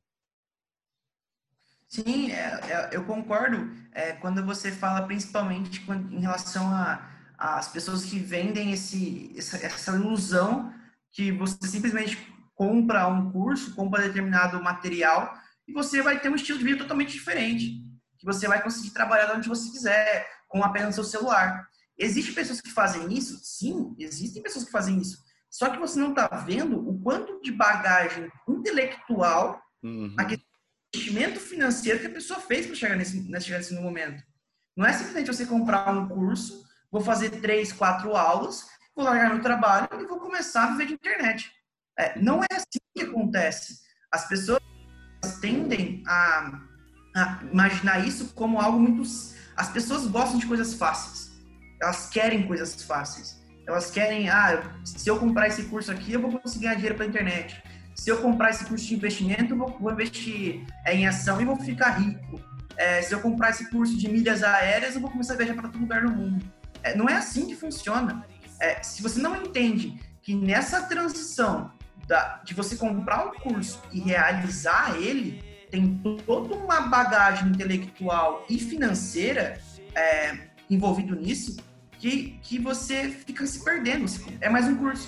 Sim, é, é, eu concordo é, quando você fala principalmente quando, em relação às pessoas que vendem esse, essa, essa ilusão que você simplesmente compra um curso, compra determinado material e você vai ter um estilo de vida totalmente diferente, que você vai conseguir trabalhar onde você quiser, com apenas o seu celular. Existem pessoas que fazem isso? Sim, existem pessoas que fazem isso. Só que você não está vendo o quanto de bagagem intelectual, uhum. aquele investimento financeiro que a pessoa fez para chegar nesse, chegar nesse momento. Não é simplesmente você comprar um curso, vou fazer três, quatro aulas, vou largar meu trabalho e vou começar a viver de internet. É, não é assim que acontece. As pessoas tendem a, a imaginar isso como algo muito... As pessoas gostam de coisas fáceis. Elas querem coisas fáceis. Elas querem, ah, se eu comprar esse curso aqui, eu vou conseguir ganhar dinheiro pela internet. Se eu comprar esse curso de investimento, eu vou, vou investir em ação e vou ficar rico. É, se eu comprar esse curso de milhas aéreas, eu vou começar a viajar para todo lugar no mundo. É, não é assim que funciona. É, se você não entende que nessa transição da, de você comprar um curso e realizar ele, tem toda uma bagagem intelectual e financeira é, envolvido nisso, que, que você fica se perdendo. É mais um curso.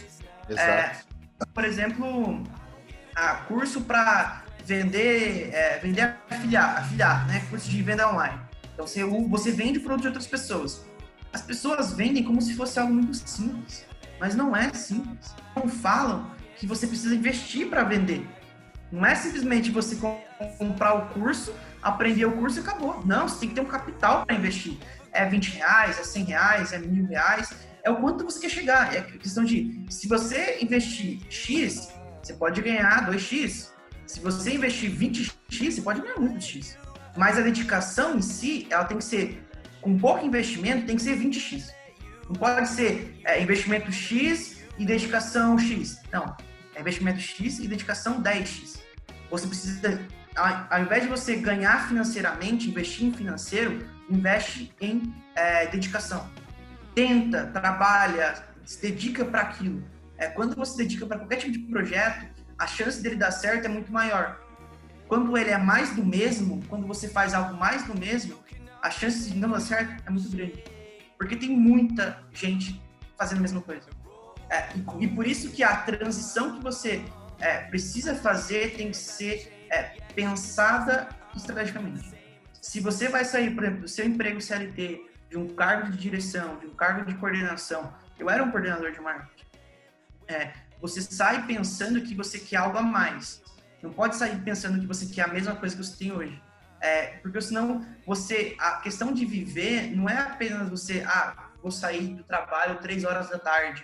Exato. É, por exemplo, a curso para vender, é, vender afiliar, afiliar, né? Curso de venda online. Então, você, você vende produto de outras pessoas. As pessoas vendem como se fosse algo muito simples, mas não é simples. Não falam que você precisa investir para vender. Não é simplesmente você comprar o curso, aprender o curso e acabou. Não, você tem que ter um capital para investir. É vinte reais, é cem reais, é mil reais. É o quanto você quer chegar. É questão de, se você investir X, você pode ganhar dois x. Se você investir vinte x, você pode ganhar muito X. Mas a dedicação em si, ela tem que ser, com pouco investimento, tem que ser vinte x. Não pode ser é, investimento X e dedicação X. Não. É investimento X e dedicação dez x. Você precisa, ao invés de você ganhar financeiramente, investir em financeiro, investe em é, dedicação. Tenta, trabalha, se dedica para aquilo. É, quando você se dedica para qualquer tipo de projeto, a chance dele dar certo é muito maior. Quando ele é mais do mesmo, quando você faz algo mais do mesmo, a chance de não dar certo é muito grande. Porque tem muita gente fazendo a mesma coisa. É, e, e por isso que a transição que você é, precisa fazer tem que ser é, pensada estrategicamente. Se você vai sair, por exemplo, do seu emprego C L T, de um cargo de direção, de um cargo de coordenação, eu era um coordenador de marketing, é, você sai pensando que você quer algo a mais. Não pode sair pensando que você quer a mesma coisa que você tem hoje. É, porque senão você, a questão de viver não é apenas você, ah, vou sair do trabalho três horas da tarde,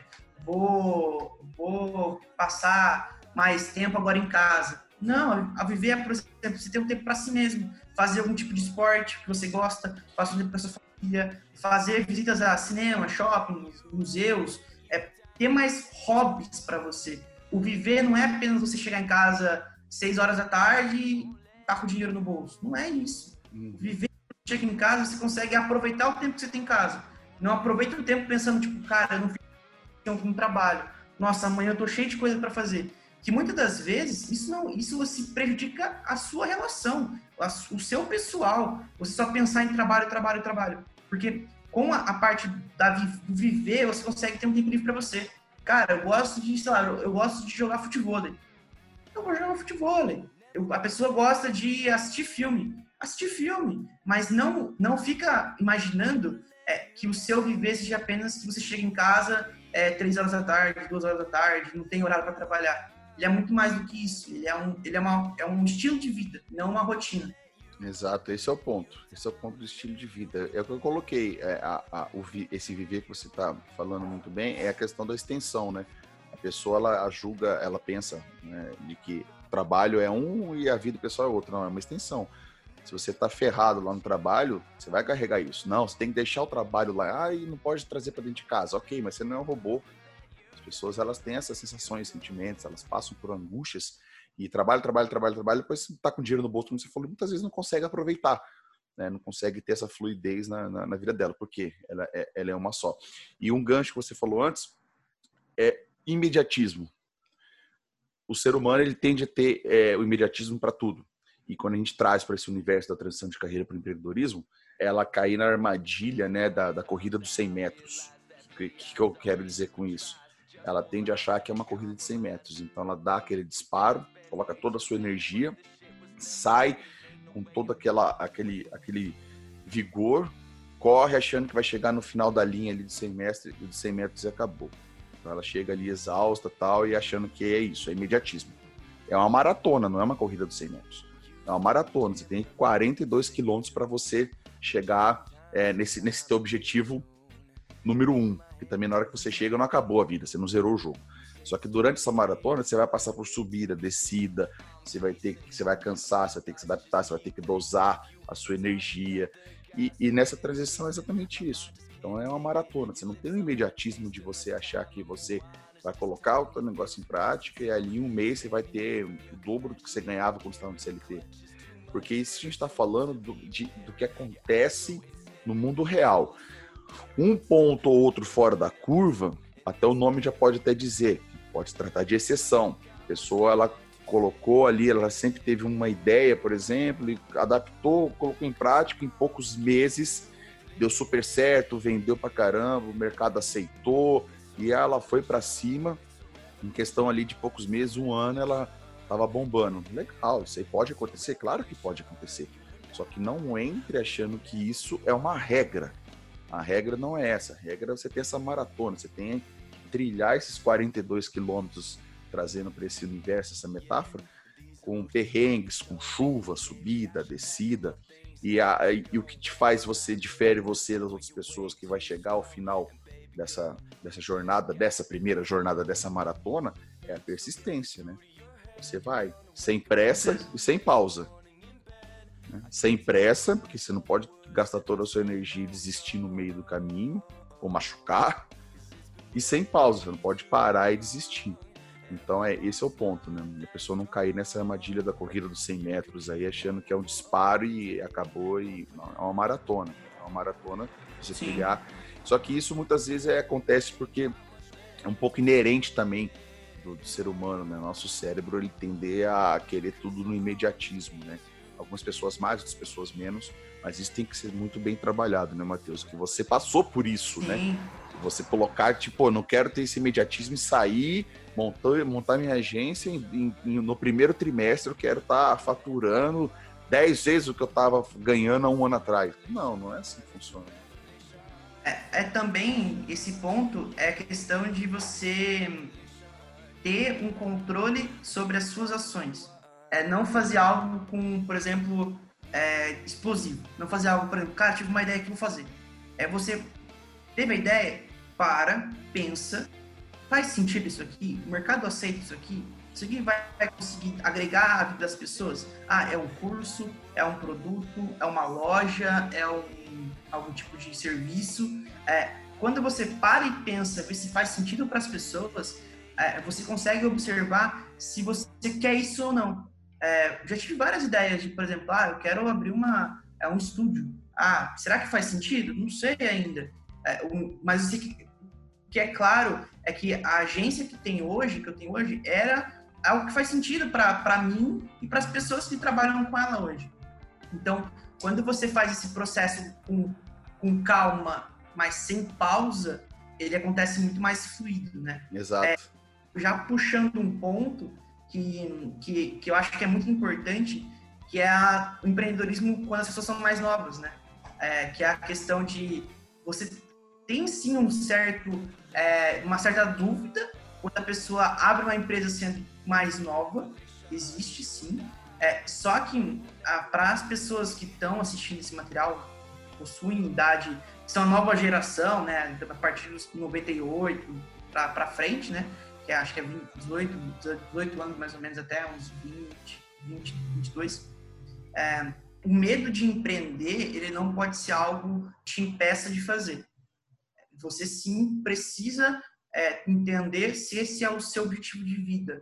vou, vou passar mais tempo agora em casa. Não, a viver é, por exemplo, você ter um tempo para si mesmo, fazer algum tipo de esporte que você gosta, passar um tempo com a sua família, fazer visitas a cinema, shopping, museus, é, ter mais hobbies para você. O viver não é apenas você chegar em casa seis horas da tarde e tá com dinheiro no bolso. Não é isso. Uhum. Viver, chega em casa, você consegue aproveitar o tempo que você tem em casa. Não aproveita o tempo pensando, tipo, cara, eu não fiz um trabalho. Nossa, amanhã eu tô cheio de coisa para fazer. Que muitas das vezes, isso não, isso você prejudica a sua relação, a, o seu pessoal. Você só pensar em trabalho, trabalho, trabalho. Porque com a, a parte da, do viver, você consegue ter um tempo livre para você. Cara, eu gosto de, sei lá, eu, eu gosto de jogar futebol. Eu vou jogar futebol. Eu, a pessoa gosta de assistir filme. Assistir filme. Mas não, não fica imaginando é, que o seu viver seja apenas que você chega em casa é, três horas da tarde, duas horas da tarde, não tem horário para trabalhar. Ele é muito mais do que isso. Ele é um, ele é uma, é um estilo de vida, não uma rotina. Exato, esse é o ponto. Esse é o ponto do estilo de vida. É o que eu coloquei. É, a, a, o, esse viver que você está falando muito bem é a questão da extensão, né? A pessoa, ela julga, ela pensa, né, de que trabalho é um e a vida pessoal é outro. Não, é uma extensão. Se você está ferrado lá no trabalho, você vai carregar isso. Não, você tem que deixar o trabalho lá. Ah, e não pode trazer para dentro de casa. Ok, mas você não é um robô. As pessoas, elas têm essas sensações, sentimentos, elas passam por angústias e trabalho, trabalho, trabalho, trabalho, depois você está com dinheiro no bolso, como você falou, muitas vezes não consegue aproveitar, né? Não consegue ter essa fluidez na, na, na vida dela, porque ela é, ela é uma só. E um gancho que você falou antes é imediatismo. O ser humano, ele tende a ter é, o imediatismo para tudo. E quando a gente traz para esse universo da transição de carreira para o empreendedorismo, ela cai na armadilha, né, da, da corrida dos cem metros. O que, que eu quero dizer com isso? Ela tende a achar que é uma corrida de cem metros. Então, ela dá aquele disparo, coloca toda a sua energia, sai com todo aquela, aquele, aquele vigor, corre achando que vai chegar no final da linha ali de cem metros, de cem metros e acabou. Então, ela chega ali exausta tal, e achando que é isso, é imediatismo. É uma maratona, não é uma corrida dos cem metros. É uma maratona. Você tem quarenta e dois quilômetros para você chegar é, nesse, nesse teu objetivo número um. Porque também na hora que você chega não acabou a vida, você não zerou o jogo. Só que durante essa maratona você vai passar por subida, descida, você vai ter que, você vai cansar, você vai ter que se adaptar, você vai ter que dosar a sua energia. E, e nessa transição é exatamente isso. Então é uma maratona. Você não tem o imediatismo de você achar que você vai colocar o teu negócio em prática e ali em um mês você vai ter o dobro do que você ganhava quando você estava no C L T. Porque isso a gente está falando do, de, do que acontece no mundo real. Um ponto ou outro fora da curva, até o nome já pode até dizer, pode se tratar de exceção. A pessoa, ela colocou ali, ela sempre teve uma ideia, por exemplo, e adaptou, colocou em prática, em poucos meses, deu super certo, vendeu pra caramba, o mercado aceitou, e ela foi para cima, em questão ali de poucos meses, um ano, ela estava bombando. Legal, isso aí pode acontecer? Claro que pode acontecer. Só que não entre achando que isso é uma regra. A regra não é essa. A regra é você ter essa maratona, você tem que trilhar esses quarenta e dois quilômetros, trazendo para esse universo essa metáfora, com perrengues, com chuva, subida, descida. E, a, e o que te faz você, difere você das outras pessoas que vai chegar ao final dessa, dessa jornada, dessa primeira jornada, dessa maratona, é a persistência, né? Você vai sem pressa e sem pausa. Né? Sem pressa, porque você não pode gastar toda a sua energia e desistir no meio do caminho, ou machucar. E sem pausa, você não pode parar e desistir. Então, é, esse é o ponto, né? A pessoa não cair nessa armadilha da corrida dos cem metros aí, achando que é um disparo e acabou. E não, é uma maratona. É uma maratona você trilhar. Só que isso muitas vezes é, acontece porque é um pouco inerente também do, do ser humano, né? Nosso cérebro, ele tende a querer tudo no imediatismo, né? Algumas pessoas mais, outras pessoas menos, mas isso tem que ser muito bem trabalhado, né, Matheus? Que você passou por isso, Sim. né? Você colocar, tipo, não quero ter esse imediatismo e sair, montar, montar minha agência em, em, no primeiro trimestre eu quero estar tá faturando dez vezes o que eu estava ganhando há um ano atrás. Não, não é assim que funciona. É, é também, esse ponto, é a questão de você ter um controle sobre as suas ações. É não fazer algo com, por exemplo, é, explosivo. Não fazer algo, por exemplo, cara, tive uma ideia que vou fazer. É você teve a ideia, para, pensa, faz sentido isso aqui? O mercado aceita isso aqui? Isso aqui vai conseguir agregar a vida das pessoas? Ah, é um curso, é um produto, é uma loja, é um, algum tipo de serviço. É, quando você para e pensa, vê se faz sentido para as pessoas, é, você consegue observar se você quer isso ou não. É, já tive várias ideias de, por exemplo, ah, eu quero abrir uma, é, um estúdio. Ah, será que faz sentido? Não sei ainda. É, um, mas o que, que é claro é que a agência que tem hoje, que eu tenho hoje, era algo que faz sentido para mim e para as pessoas que trabalham com ela hoje. Então, quando você faz esse processo com, com calma, mas sem pausa, ele acontece muito mais fluido, né? Exato. É, já puxando um ponto que, que, que eu acho que é muito importante, que é a, o empreendedorismo quando as pessoas são mais novas, né? É, que é a questão de você tem sim um certo, é, uma certa dúvida quando a pessoa abre uma empresa sendo mais nova, existe sim, é, só que para as pessoas que estão assistindo esse material, possuem idade, são a nova geração, né, a partir dos noventa e oito para frente, né, que acho que é dezoito, dezoito anos mais ou menos, até uns vinte, vinte, vinte e dois, é, o medo de empreender, ele não pode ser algo que te impeça de fazer. Você sim precisa é, entender se esse é o seu objetivo de vida.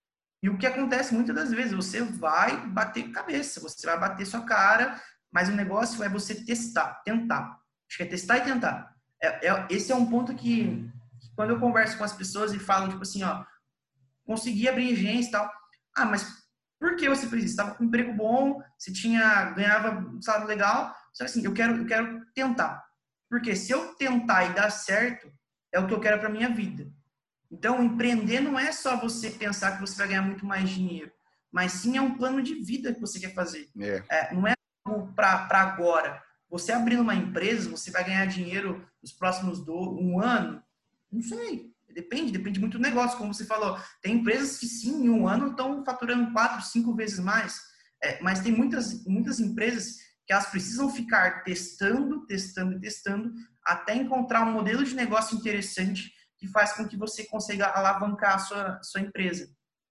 E o que acontece muitas das vezes, você vai bater cabeça, você vai bater sua cara, mas o negócio é você testar, tentar. Acho que é testar e tentar. É, é, esse é um ponto que, que, quando eu converso com as pessoas e falo, tipo assim, ó, consegui abrir agência e tal. Ah, mas por que você fez isso? Você estava com um emprego bom, você tinha, ganhava um salário legal, só que assim, eu quero, eu quero tentar. Porque se eu tentar e dar certo, é o que eu quero para minha vida. Então, empreender não é só você pensar que você vai ganhar muito mais dinheiro, mas sim é um plano de vida que você quer fazer. É. É, não é algo para agora. Você abrindo uma empresa, você vai ganhar dinheiro nos próximos do, um ano? Não sei. Depende, depende muito do negócio, como você falou. Tem empresas que sim, em um ano estão faturando quatro, cinco vezes mais. É, mas tem muitas, muitas empresas que elas precisam ficar testando, testando e testando até encontrar um modelo de negócio interessante que faz com que você consiga alavancar a sua, sua empresa.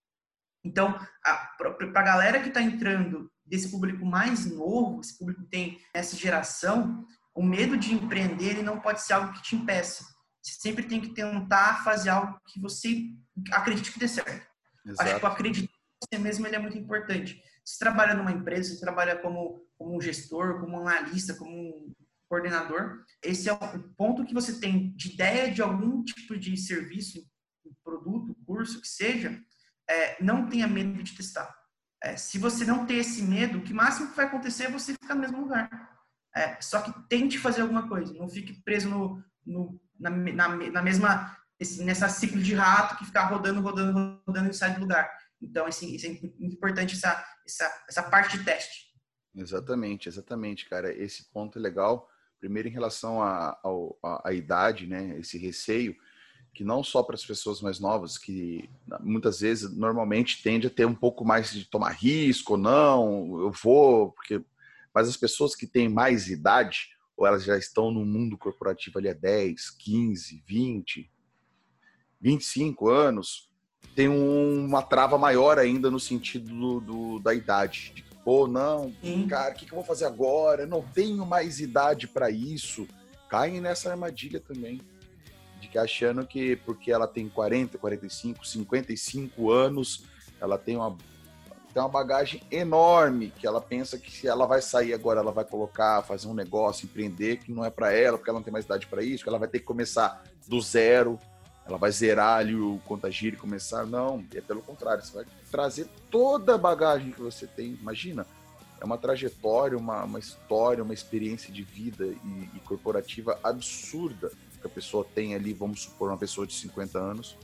Então, para a galera que está entrando desse público mais novo, esse público que tem essa geração, o medo de empreender ele não pode ser algo que te impeça. Você sempre tem que tentar fazer algo que você acredite que dê certo. Exato. Acho que o acreditar em você mesmo ele é muito importante. Você trabalha numa empresa, você trabalha como, como um gestor, como um analista, como um coordenador. Esse é o ponto que você tem de ideia de algum tipo de serviço, produto, curso, que seja, é, não tenha medo de testar. É, se você não ter esse medo, o que máximo que vai acontecer é você ficar no mesmo lugar. É, só que tente fazer alguma coisa. Não fique preso no, no, na, na, na mesma esse, nessa ciclo de rato que fica rodando, rodando, rodando e sai do lugar. Então, assim, isso é importante, essa, essa, essa parte de teste. Exatamente, exatamente, cara. Esse ponto é legal. Primeiro, em relação à a, a, a idade, né? Esse receio, que não só para as pessoas mais novas, que muitas vezes, normalmente, tende a ter um pouco mais de tomar risco, ou não, eu vou, porque... Mas as pessoas que têm mais idade, ou elas já estão no mundo corporativo ali há dez, quinze, vinte, vinte e cinco anos, tem um, uma trava maior ainda no sentido do, do, da idade. De, pô, não, Sim. cara, o que, que eu vou fazer agora? Eu não tenho mais idade para isso. Caem nessa armadilha também. De que achando que porque ela tem quarenta, quarenta e cinco, cinquenta e cinco anos, ela tem uma, tem uma bagagem enorme, que ela pensa que se ela vai sair agora, ela vai colocar, fazer um negócio, empreender, que não é para ela, porque ela não tem mais idade para isso, que ela vai ter que começar do zero, ela vai zerar ali o Contagir e começar. Não, é pelo contrário, você vai trazer toda a bagagem que você tem. Imagina, é uma trajetória, uma, uma história, uma experiência de vida e, e corporativa absurda que a pessoa tem ali, vamos supor, uma pessoa de cinquenta anos,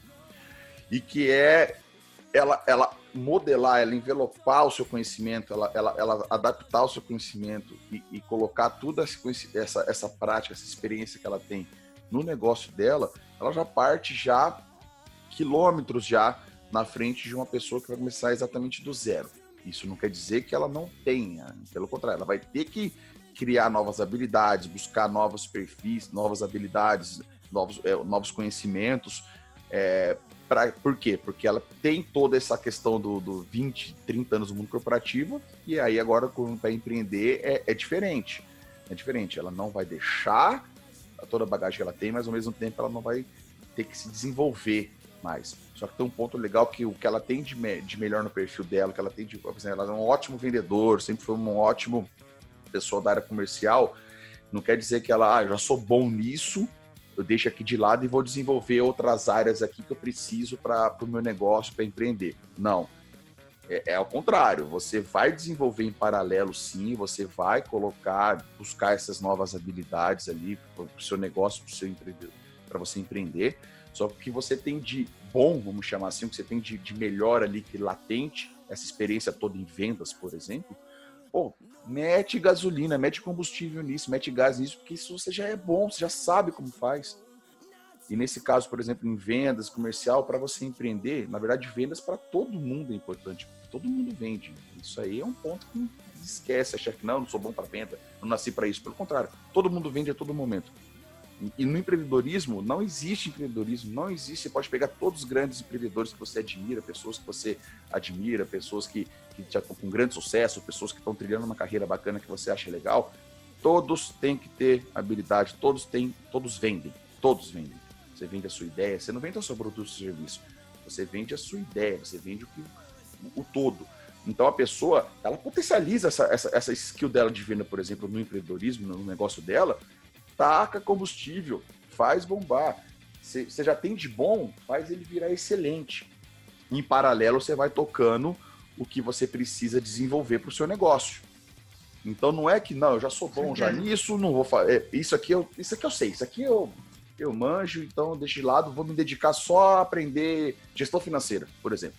e que é ela, ela modelar, ela envelopar o seu conhecimento, ela, ela, ela adaptar o seu conhecimento e, e colocar toda essa, essa prática, essa experiência que ela tem no negócio dela, ela já parte já quilômetros já na frente de uma pessoa que vai começar exatamente do zero. Isso não quer dizer que ela não tenha, pelo contrário, ela vai ter que criar novas habilidades, buscar novos perfis, novas habilidades, novos, é, novos conhecimentos. É, pra, por quê? Porque ela tem toda essa questão do, do vinte, trinta anos no mundo corporativo, e aí agora, quando vai empreender, é, é diferente. É diferente. Ela não vai deixar toda a bagagem que ela tem, mas ao mesmo tempo ela não vai ter que se desenvolver mais. Só que tem um ponto legal que o que ela tem de, me, de melhor no perfil dela, que ela tem de, por exemplo, ela é um ótimo vendedor, sempre foi um ótimo pessoa da área comercial, não quer dizer que ela, ah, eu já sou bom nisso, eu deixo aqui de lado e vou desenvolver outras áreas aqui que eu preciso para o meu negócio, para empreender. Não. É, é ao contrário, você vai desenvolver em paralelo, sim, você vai colocar, buscar essas novas habilidades ali para o seu negócio, para o seu empreendedor, para você empreender. Só que o que você tem de bom, vamos chamar assim, o que você tem de, de melhor ali, que latente, essa experiência toda em vendas, por exemplo, pô, mete gasolina, mete combustível nisso, mete gás nisso, porque isso você já é bom, você já sabe como faz. E nesse caso, por exemplo, em vendas, comercial, para você empreender, na verdade, vendas para todo mundo é importante. Todo mundo vende. Isso aí é um ponto que não esquece, achar que não, não sou bom para venda, não nasci para isso. Pelo contrário, todo mundo vende a todo momento. E no empreendedorismo, não existe empreendedorismo, não existe. Você pode pegar todos os grandes empreendedores que você admira, pessoas que você admira, pessoas que, que já estão com grande sucesso, pessoas que estão trilhando uma carreira bacana que você acha legal. Todos têm que ter habilidade, todos têm, todos vendem, todos vendem. Você vende a sua ideia, você não vende o seu produto ou serviço, você vende a sua ideia, você vende o, que, o, o todo. Então a pessoa, ela potencializa essa, essa, essa skill dela de venda, por exemplo, no empreendedorismo, no negócio dela, taca combustível, faz bombar. Você já tem de bom, faz ele virar excelente. Em paralelo, você vai tocando o que você precisa desenvolver para o seu negócio. Então não é que, não, eu já sou bom já nisso, não vou fazer. Isso aqui eu, isso aqui eu sei, isso aqui eu, eu manjo, então deixo de lado, vou me dedicar só a aprender gestão financeira, por exemplo.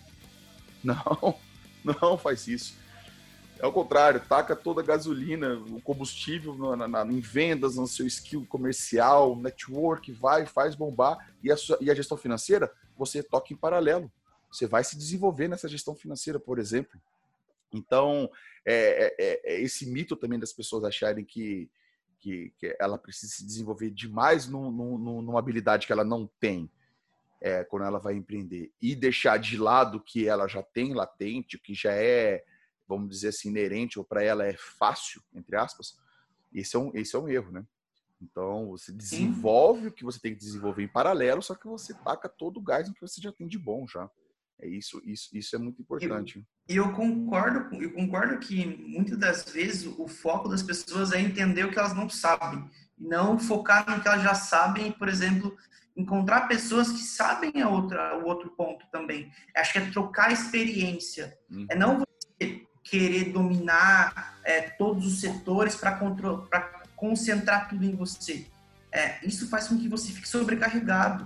Não, não faz isso. É o contrário, taca toda a gasolina, o combustível na, na, em vendas, no seu skill comercial, network, vai, faz bombar. E a, sua, e a gestão financeira, você toca em paralelo. Você vai se desenvolver nessa gestão financeira, por exemplo. Então, é, é, é esse mito também das pessoas acharem que, que, que ela precisa se desenvolver demais num, num, numa habilidade que ela não tem. É, quando ela vai empreender. E deixar de lado o que ela já tem latente, o que já é, vamos dizer assim, inerente, ou para ela é fácil, entre aspas, esse é um, esse é um erro, né? Então, você desenvolve Sim. o que você tem que desenvolver em paralelo, só que você taca todo o gás no que você já tem de bom já. É isso, isso, isso é muito importante. E eu, eu concordo, eu concordo que muitas das vezes o foco das pessoas é entender o que elas não sabem, e não focar no que elas já sabem, por exemplo, encontrar pessoas que sabem a outra, o outro ponto também. Acho que é trocar experiência. Uhum. É não você querer dominar é, todos os setores para concentrar tudo em você. É, isso faz com que você fique sobrecarregado.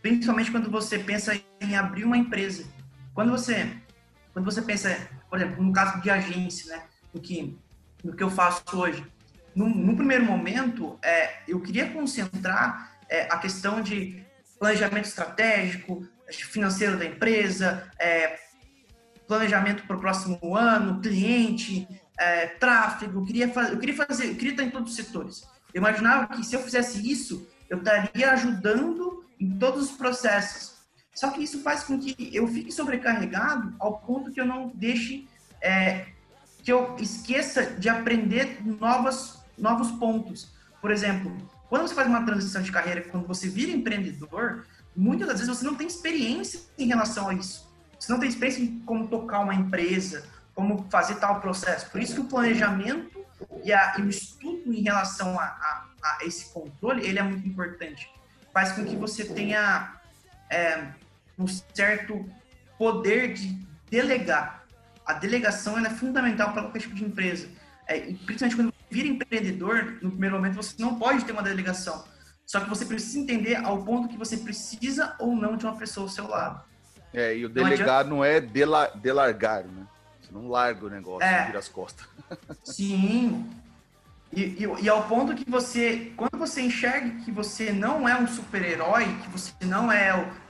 principalmente quando você pensa em abrir uma empresa. Quando você, quando você pensa, por exemplo, no caso de agência, né, no que, no que eu faço hoje, no, no primeiro momento, é, eu queria concentrar é, a questão de planejamento estratégico, financeiro da empresa, é, planejamento para o próximo ano, cliente, é, tráfego, eu queria, fazer, eu queria fazer, eu queria estar em todos os setores. Eu imaginava que se eu fizesse isso, eu estaria ajudando em todos os processos. Só que isso faz com que eu fique sobrecarregado ao ponto que eu não deixe, é, que eu esqueça de aprender novas, novos pontos. Por exemplo, quando você faz uma transição de carreira, quando você vira empreendedor, muitas das vezes você não tem experiência em relação a isso. Você não tem experiência em como tocar uma empresa, como fazer tal processo. Por isso que o planejamento e, a, e o estudo em relação a, a, a esse controle, ele é muito importante. Faz com que você tenha é, um certo poder de delegar. A delegação ela é fundamental para qualquer tipo de empresa. É, e principalmente quando você vira empreendedor, no primeiro momento você não pode ter uma delegação. Só que você precisa entender ao ponto que você precisa ou não de uma pessoa ao seu lado. É, e o delegar não, não é dela, delargar, né? Você não larga o negócio, é, vira as costas. Sim. E, e, e ao ponto que você, quando você enxerga que você não é um super-herói, que você não é,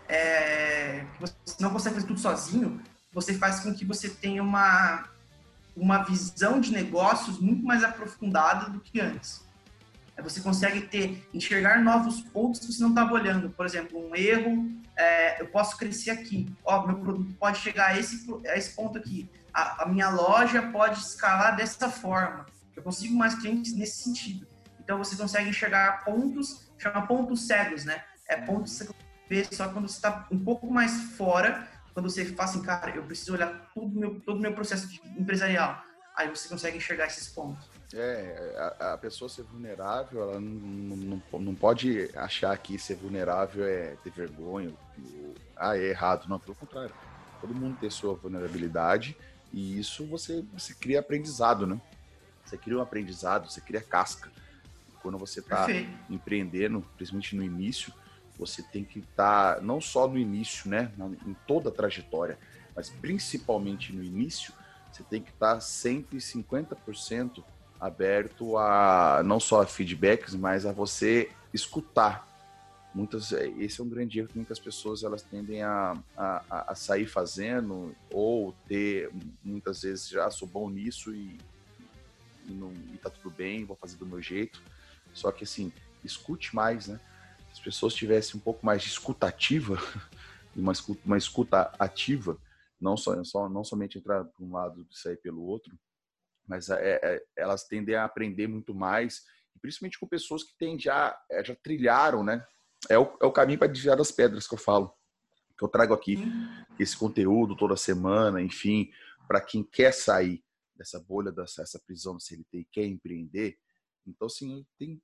é, que você não consegue fazer tudo sozinho, você faz com que você tenha uma, uma visão de negócios muito mais aprofundada do que antes. Você consegue ter, enxergar novos pontos que você não estava olhando. Por exemplo, um erro, é, eu posso crescer aqui. Ó, meu produto pode chegar a esse, a esse ponto aqui. A, a minha loja pode escalar dessa forma. Eu consigo mais clientes nesse sentido. Então, você consegue enxergar pontos, chama pontos cegos, né? É pontos que você vê só quando você está um pouco mais fora, quando você fala assim, cara, eu preciso olhar tudo meu, todo o meu processo empresarial. Aí você consegue enxergar esses pontos. É, a, a pessoa ser vulnerável, ela não, não, não pode achar que ser vulnerável é ter vergonha, ou, ah, é errado. Não, pelo contrário. Todo mundo tem sua vulnerabilidade e isso você, você cria aprendizado, né? Você cria um aprendizado, você cria casca. Quando você está empreendendo, principalmente no início, você tem que estar, tá, não só no início, né? Em toda a trajetória, mas principalmente no início, você tem que estar tá cento e cinquenta por cento aberto a não só a feedbacks, mas a você escutar. Muitas, esse é um grande erro que muitas pessoas elas tendem a, a, a sair fazendo ou ter, muitas vezes, já sou bom nisso e, e, não, e tá tudo bem, vou fazer do meu jeito. Só que, assim, escute mais, né? Se as pessoas tivessem um pouco mais de escutativa, uma escuta, uma escuta ativa, não, só, só, não somente entrar por um lado e sair pelo outro, mas é, é, elas tendem a aprender muito mais, principalmente com pessoas que têm já, já trilharam, né? É o, é o caminho para desviar das pedras que eu falo, que eu trago aqui, esse conteúdo toda semana, enfim, para quem quer sair dessa bolha, dessa essa prisão do C L T e quer empreender. Então, assim, tem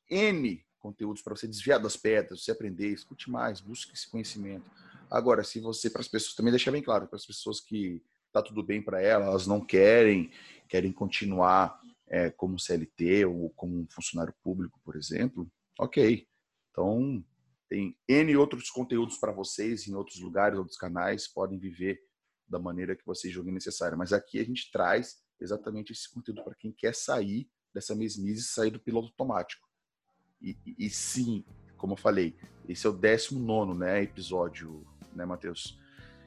N conteúdos para você desviar das pedras, você aprender, escute mais, busque esse conhecimento. Agora, se você, para as pessoas, também deixar bem claro, para as pessoas que tá tudo bem para elas, elas não querem, querem continuar é, como C L T ou como um funcionário público, por exemplo, ok. Então, tem N outros conteúdos para vocês em outros lugares, outros canais, podem viver da maneira que vocês julguem necessária. Mas aqui a gente traz exatamente esse conteúdo para quem quer sair dessa mesmice e sair do piloto automático. E, e, e sim, como eu falei, esse é o décimo nono, né, episódio, né, Matheus?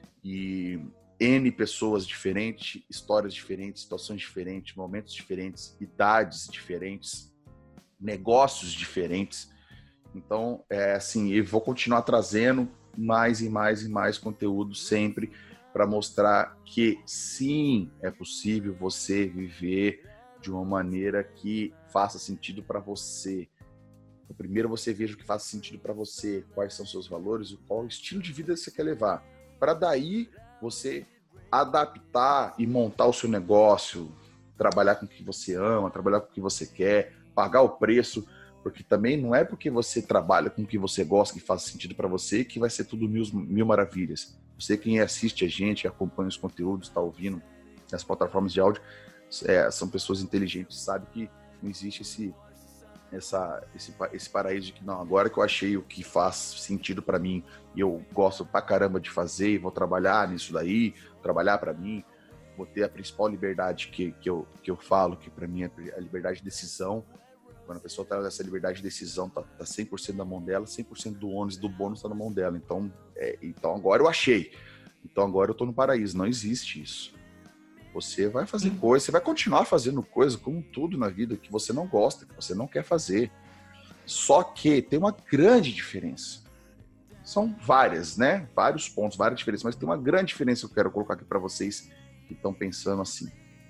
E N pessoas diferentes, histórias diferentes, situações diferentes, momentos diferentes, idades diferentes, negócios diferentes. Então, é assim, eu vou continuar trazendo mais e mais e mais conteúdo sempre para mostrar que sim, é possível você viver de uma maneira que faça sentido para você. Então, primeiro você veja o que faz sentido para você, quais são seus valores, qual estilo de vida você quer levar. Para daí você adaptar e montar o seu negócio, trabalhar com o que você ama, trabalhar com o que você quer, pagar o preço, porque também não é porque você trabalha com o que você gosta, que faz sentido para você, que vai ser tudo mil, mil maravilhas. Você quem assiste a gente, acompanha os conteúdos, está ouvindo as plataformas de áudio, é, são pessoas inteligentes, sabe que não existe esse, essa, esse, esse paraíso de que não, agora que eu achei o que faz sentido para mim e eu gosto pra caramba de fazer e vou trabalhar nisso daí, trabalhar para mim, vou ter a principal liberdade que, que, eu, que eu falo, que para mim é a liberdade de decisão. Quando a pessoa traz essa liberdade de decisão, tá, tá cem por cento na mão dela, cem por cento do ônus do bônus tá na mão dela. Então, é, então agora eu achei. Então agora eu tô no paraíso. Não existe isso. Você vai fazer coisa, você vai continuar fazendo coisa, como tudo na vida, que você não gosta, que você não quer fazer. Só que tem uma grande diferença. São várias, né? Vários pontos, várias diferenças, mas tem uma grande diferença que eu quero colocar aqui para vocês que estão pensando assim.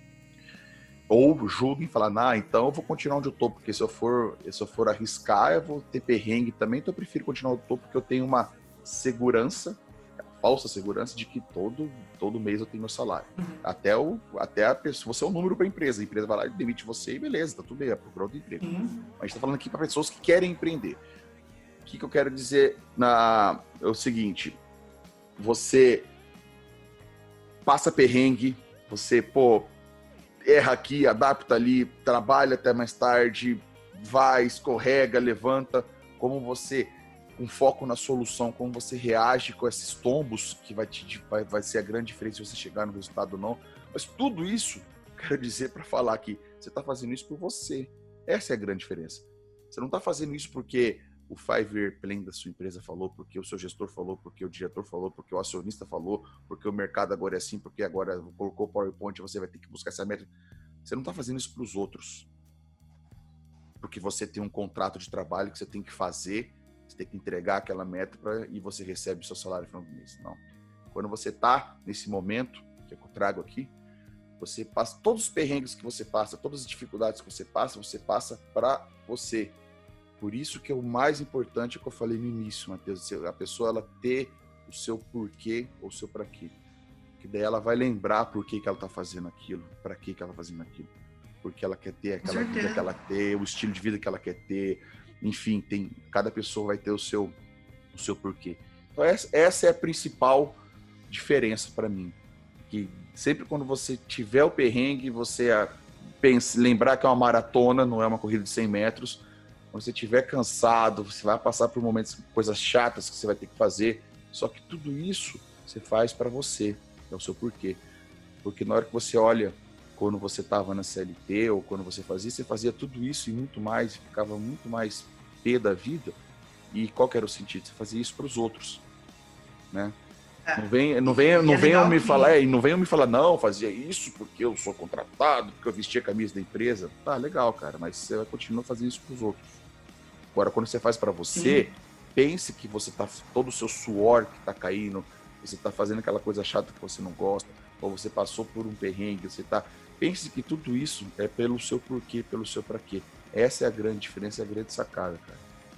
Ou julguem e falar, ah, então eu vou continuar onde eu tô, porque se eu for, se eu for arriscar, eu vou ter perrengue também, então eu prefiro continuar onde eu tô, porque eu tenho uma segurança, falsa segurança de que todo, todo mês eu tenho meu salário. Uhum. Até, o, até a pessoa, você é um número para a empresa, a empresa vai lá e demite você e beleza, tá tudo bem, é procurar outro emprego. Uhum. Mas a gente tá falando aqui para pessoas que querem empreender. O que, que eu quero dizer na, é o seguinte, você passa perrengue, você, pô, erra aqui, adapta ali, trabalha até mais tarde, vai, escorrega, levanta, como você, com foco na solução, como você reage com esses tombos, que vai, te, vai, vai ser a grande diferença se você chegar no resultado ou não. Mas tudo isso, quero dizer para falar que você está fazendo isso por você. Essa é a grande diferença. Você não está fazendo isso porque o five-year plan da sua empresa falou, porque o seu gestor falou, porque o diretor falou, porque o acionista falou, porque o mercado agora é assim, porque agora colocou o PowerPoint e você vai ter que buscar essa meta. Você não está fazendo isso para os outros. Porque você tem um contrato de trabalho que você tem que fazer, você tem que entregar aquela meta pra, e você recebe o seu salário no final do mês. Não. Quando você está nesse momento, que eu trago aqui, você passa todos os perrengues que você passa, todas as dificuldades que você passa, você passa para você. Por isso que é o mais importante, é o que eu falei no início, Matheus, a pessoa ela ter o seu porquê ou o seu para quê. Que daí ela vai lembrar por que, que ela está fazendo aquilo, para que, que ela está fazendo aquilo. Porque ela quer ter aquela vida que ela quer, o estilo de vida que ela quer ter. Enfim, tem, cada pessoa vai ter o seu, o seu porquê. Então essa, essa é a principal diferença para mim. Que sempre quando você tiver o perrengue, você pense, lembrar que é uma maratona, não é uma corrida de cem metros. Quando você estiver cansado, você vai passar por momentos, coisas chatas que você vai ter que fazer. Só que tudo isso você faz para você, é o seu porquê. Porque na hora que você olha, quando você estava na C L T ou quando você fazia, você fazia tudo isso e muito mais, ficava muito mais pé da vida. E qual que era o sentido? Você fazia isso para os outros, né? É. Não venham não vem, não vem é me que... falar, é, não venham me falar, não, fazia isso porque eu sou contratado, porque eu vestia a camisa da empresa. Tá, legal, cara, mas você vai continuar fazendo isso para os outros. Agora, quando você faz para você, sim, pense que você tá, todo o seu suor que tá caindo, você tá fazendo aquela coisa chata que você não gosta, ou você passou por um perrengue, você tá... Pense que tudo isso é pelo seu porquê, pelo seu para quê. Essa é a grande diferença, é a grande sacada, cara.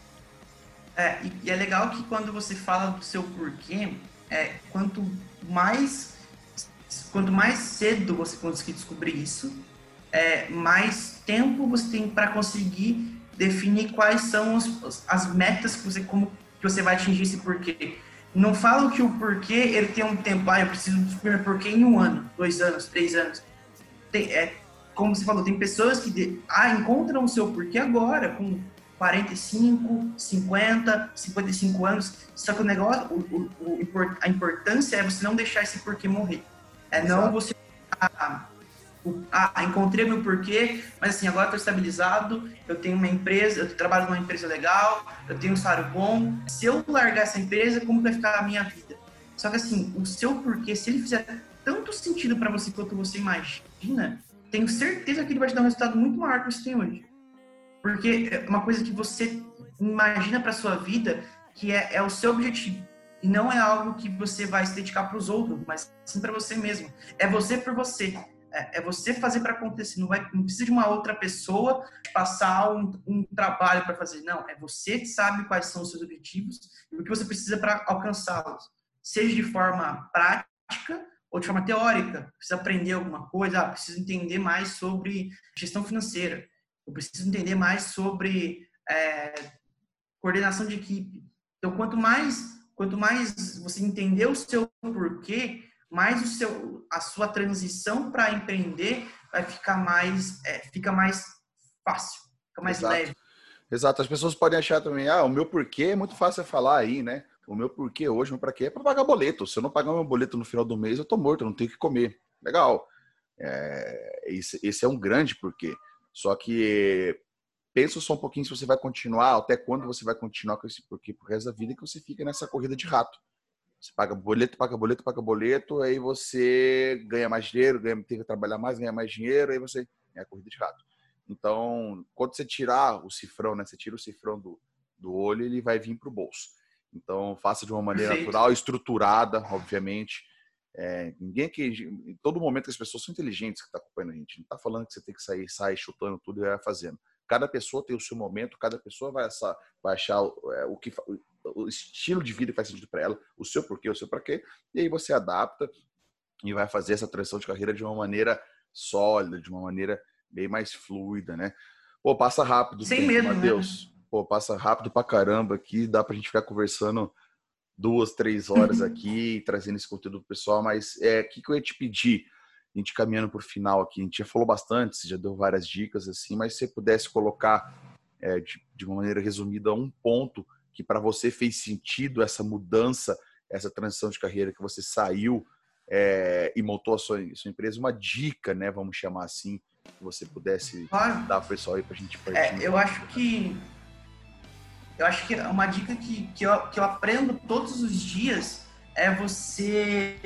É, e é legal que quando você fala do seu porquê, é, quanto mais quanto mais cedo você conseguir descobrir isso, é, mais tempo você tem para conseguir definir quais são os, as metas que você, como, que você vai atingir esse porquê. Não falam que o porquê ele tem um tempo, ah, eu preciso descobrir meu porquê em um ano, dois anos, três anos. Tem, é, como você falou, tem pessoas que de, ah, encontram o seu porquê agora, com quarenta e cinco, cinquenta, cinquenta e cinco anos, só que o negócio, o, o, o, a importância é você não deixar esse porquê morrer. É Exato. Não você... Ah, ah, encontrei meu porquê, mas assim, agora estou estabilizado, eu tenho uma empresa, eu trabalho numa empresa legal, eu tenho um salário bom. Se eu largar essa empresa, como vai ficar a minha vida? Só que assim, o seu porquê, se ele fizer tanto sentido para você quanto você imagina, tenho certeza que ele vai te dar um resultado muito maior que você tem hoje. Porque é uma coisa que você imagina para sua vida que é, é o seu objetivo. E não é algo que você vai se dedicar para os outros, mas sim para você mesmo. É você por você. É você fazer para acontecer, não, vai, não precisa de uma outra pessoa passar um, um trabalho para fazer. Não, é você que sabe quais são os seus objetivos e o que você precisa para alcançá-los. Seja de forma prática ou de forma teórica. Precisa aprender alguma coisa, ah, preciso entender mais sobre gestão financeira. Eu preciso entender mais sobre é, coordenação de equipe. Então, quanto mais, quanto mais você entender o seu porquê, mais o seu, a sua transição para empreender vai ficar mais, é, fica mais fácil, fica mais Exato. leve. Exato, as pessoas podem achar também, ah, o meu porquê é muito fácil falar aí, né? O meu porquê hoje, o meu pra quê é para pagar boleto. Se eu não pagar meu boleto no final do mês, eu tô morto, eu não tenho o que comer. Legal. É, esse, esse é um grande porquê. Só que pensa só um pouquinho se você vai continuar, até quando você vai continuar com esse porquê pro resto da vida, que você fica nessa corrida de rato. Você paga boleto, paga boleto, paga boleto, aí você ganha mais dinheiro, ganha, tem que trabalhar mais, ganha mais dinheiro, aí você é a corrida de rato. Então, quando você tirar o cifrão, né? Você tira o cifrão do, do olho, ele vai vir para o bolso. Então, faça de uma maneira Perfeito. natural, estruturada, obviamente. É, ninguém que, em todo momento, as pessoas são inteligentes que estão tá acompanhando a gente. Não está falando que você tem que sair, sair chutando tudo e vai fazendo. Cada pessoa tem o seu momento, cada pessoa vai achar, vai achar é, o, que, o estilo de vida que faz sentido para ela, o seu porquê, o seu para quê, e aí você adapta e vai fazer essa transição de carreira de uma maneira sólida, de uma maneira bem mais fluida, né? Pô, passa rápido. Sem medo, Matheus. Né? Pô, passa rápido pra caramba aqui, dá pra gente ficar conversando duas, três horas aqui, trazendo esse conteúdo pro pessoal, mas é, o que, que eu ia te pedir? A gente caminhando pro final aqui, a gente já falou bastante, você já deu várias dicas, assim, mas se você pudesse colocar é, de, de uma maneira resumida um ponto que para você fez sentido essa mudança, essa transição de carreira, que você saiu é, e montou a sua, a sua empresa, uma dica, né, vamos chamar assim, que você pudesse claro. dar para o pessoal aí para a gente partir. É, eu acho que eu acho que uma dica que, que, eu, que eu aprendo todos os dias é você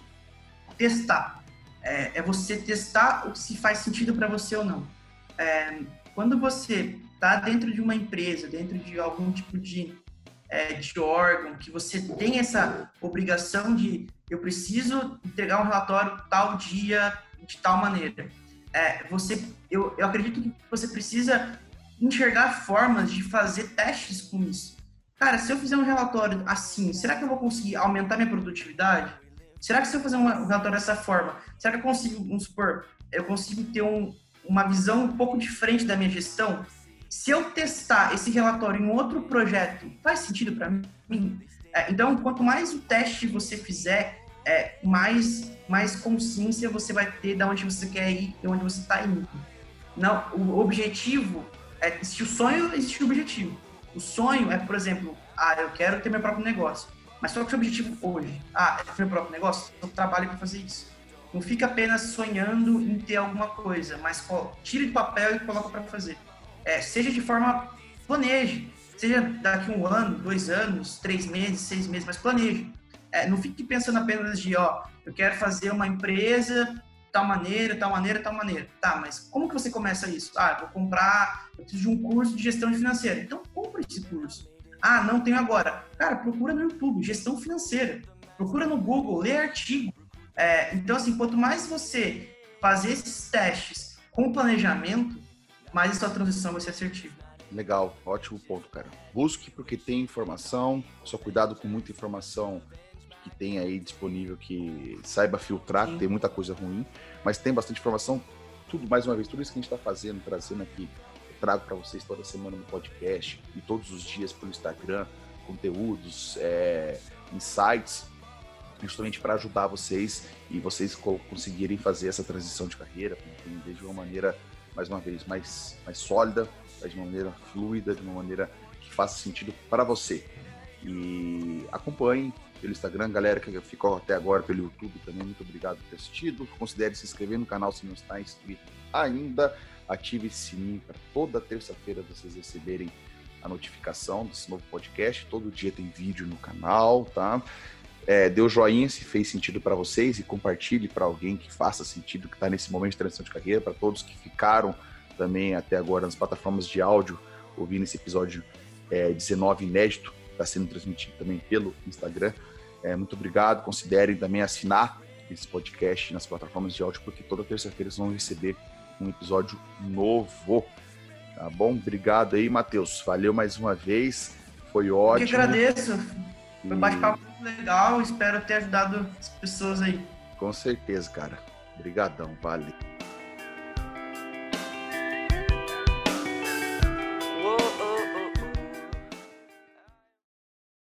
testar. É, é você testar o que se faz sentido para você ou não. É, quando você está dentro de uma empresa, dentro de algum tipo de, é, de órgão, que você tem essa obrigação de eu preciso entregar um relatório tal dia, de tal maneira. É, você, eu, eu acredito que você precisa enxergar formas de fazer testes com isso. Cara, se eu fizer um relatório assim, será que eu vou conseguir aumentar minha produtividade? Será que se eu fazer um relatório dessa forma, será que eu consigo, vamos supor, eu consigo ter um, uma visão um pouco diferente da minha gestão? Se eu testar esse relatório em outro projeto, faz sentido para mim? É, então, quanto mais o teste você fizer, é, mais, mais consciência você vai ter de onde você quer ir e onde você está indo. Não, o objetivo, é, existe o sonho, existe o objetivo. O sonho é, por exemplo, ah, eu quero ter meu próprio negócio. Mas qual é o seu objetivo hoje? Ah, é ter meu próprio negócio? Eu trabalho para fazer isso. Não fica apenas sonhando em ter alguma coisa, mas tire do papel e coloca para fazer. É, seja de forma, planeje. Seja daqui um ano, dois anos, três meses, seis meses, mas planeje. É, não fique pensando apenas de, ó, eu quero fazer uma empresa tal maneira, tal maneira, tal maneira. Tá, mas como que você começa isso? Ah, eu vou comprar, eu preciso de um curso de gestão financeira. Então, compre esse curso. Ah, não tenho agora. Cara, procura no YouTube, gestão financeira. Procura no Google, lê artigo. É, então, assim, quanto mais você fazer esses testes com planejamento, mais a sua transição vai ser assertiva. Legal, ótimo ponto, cara. Busque porque tem informação, só cuidado com muita informação que tem aí disponível, que saiba filtrar, que tem muita coisa ruim, mas tem bastante informação. Tudo, mais uma vez, tudo isso que a gente está fazendo, trazendo aqui, eu trago para vocês toda semana no podcast e todos os dias pelo Instagram, conteúdos, é, insights, justamente para ajudar vocês e vocês conseguirem fazer essa transição de carreira, desde uma maneira, mais uma vez, mais, mais sólida, de uma maneira fluida, de uma maneira que faça sentido para você. E acompanhem pelo Instagram, galera que ficou até agora pelo YouTube também, muito obrigado por ter assistido. Considere se inscrever no canal se não está inscrito ainda. Ative esse sininho para toda terça-feira vocês receberem a notificação desse novo podcast. Todo dia tem vídeo no canal, tá? É, dê o joinha se fez sentido para vocês e compartilhe para alguém que faça sentido, que está nesse momento de transição de carreira, para todos que ficaram também até agora nas plataformas de áudio, ouvindo esse episódio é, dezenove inédito, está sendo transmitido também pelo Instagram. É, muito obrigado, considerem também assinar esse podcast nas plataformas de áudio, porque toda terça-feira vocês vão receber um episódio novo, tá bom? Obrigado aí, Matheus, valeu mais uma vez, foi ótimo. Eu que agradeço, foi um bate-papo muito legal, espero ter ajudado as pessoas aí. Com certeza, cara, obrigadão, valeu.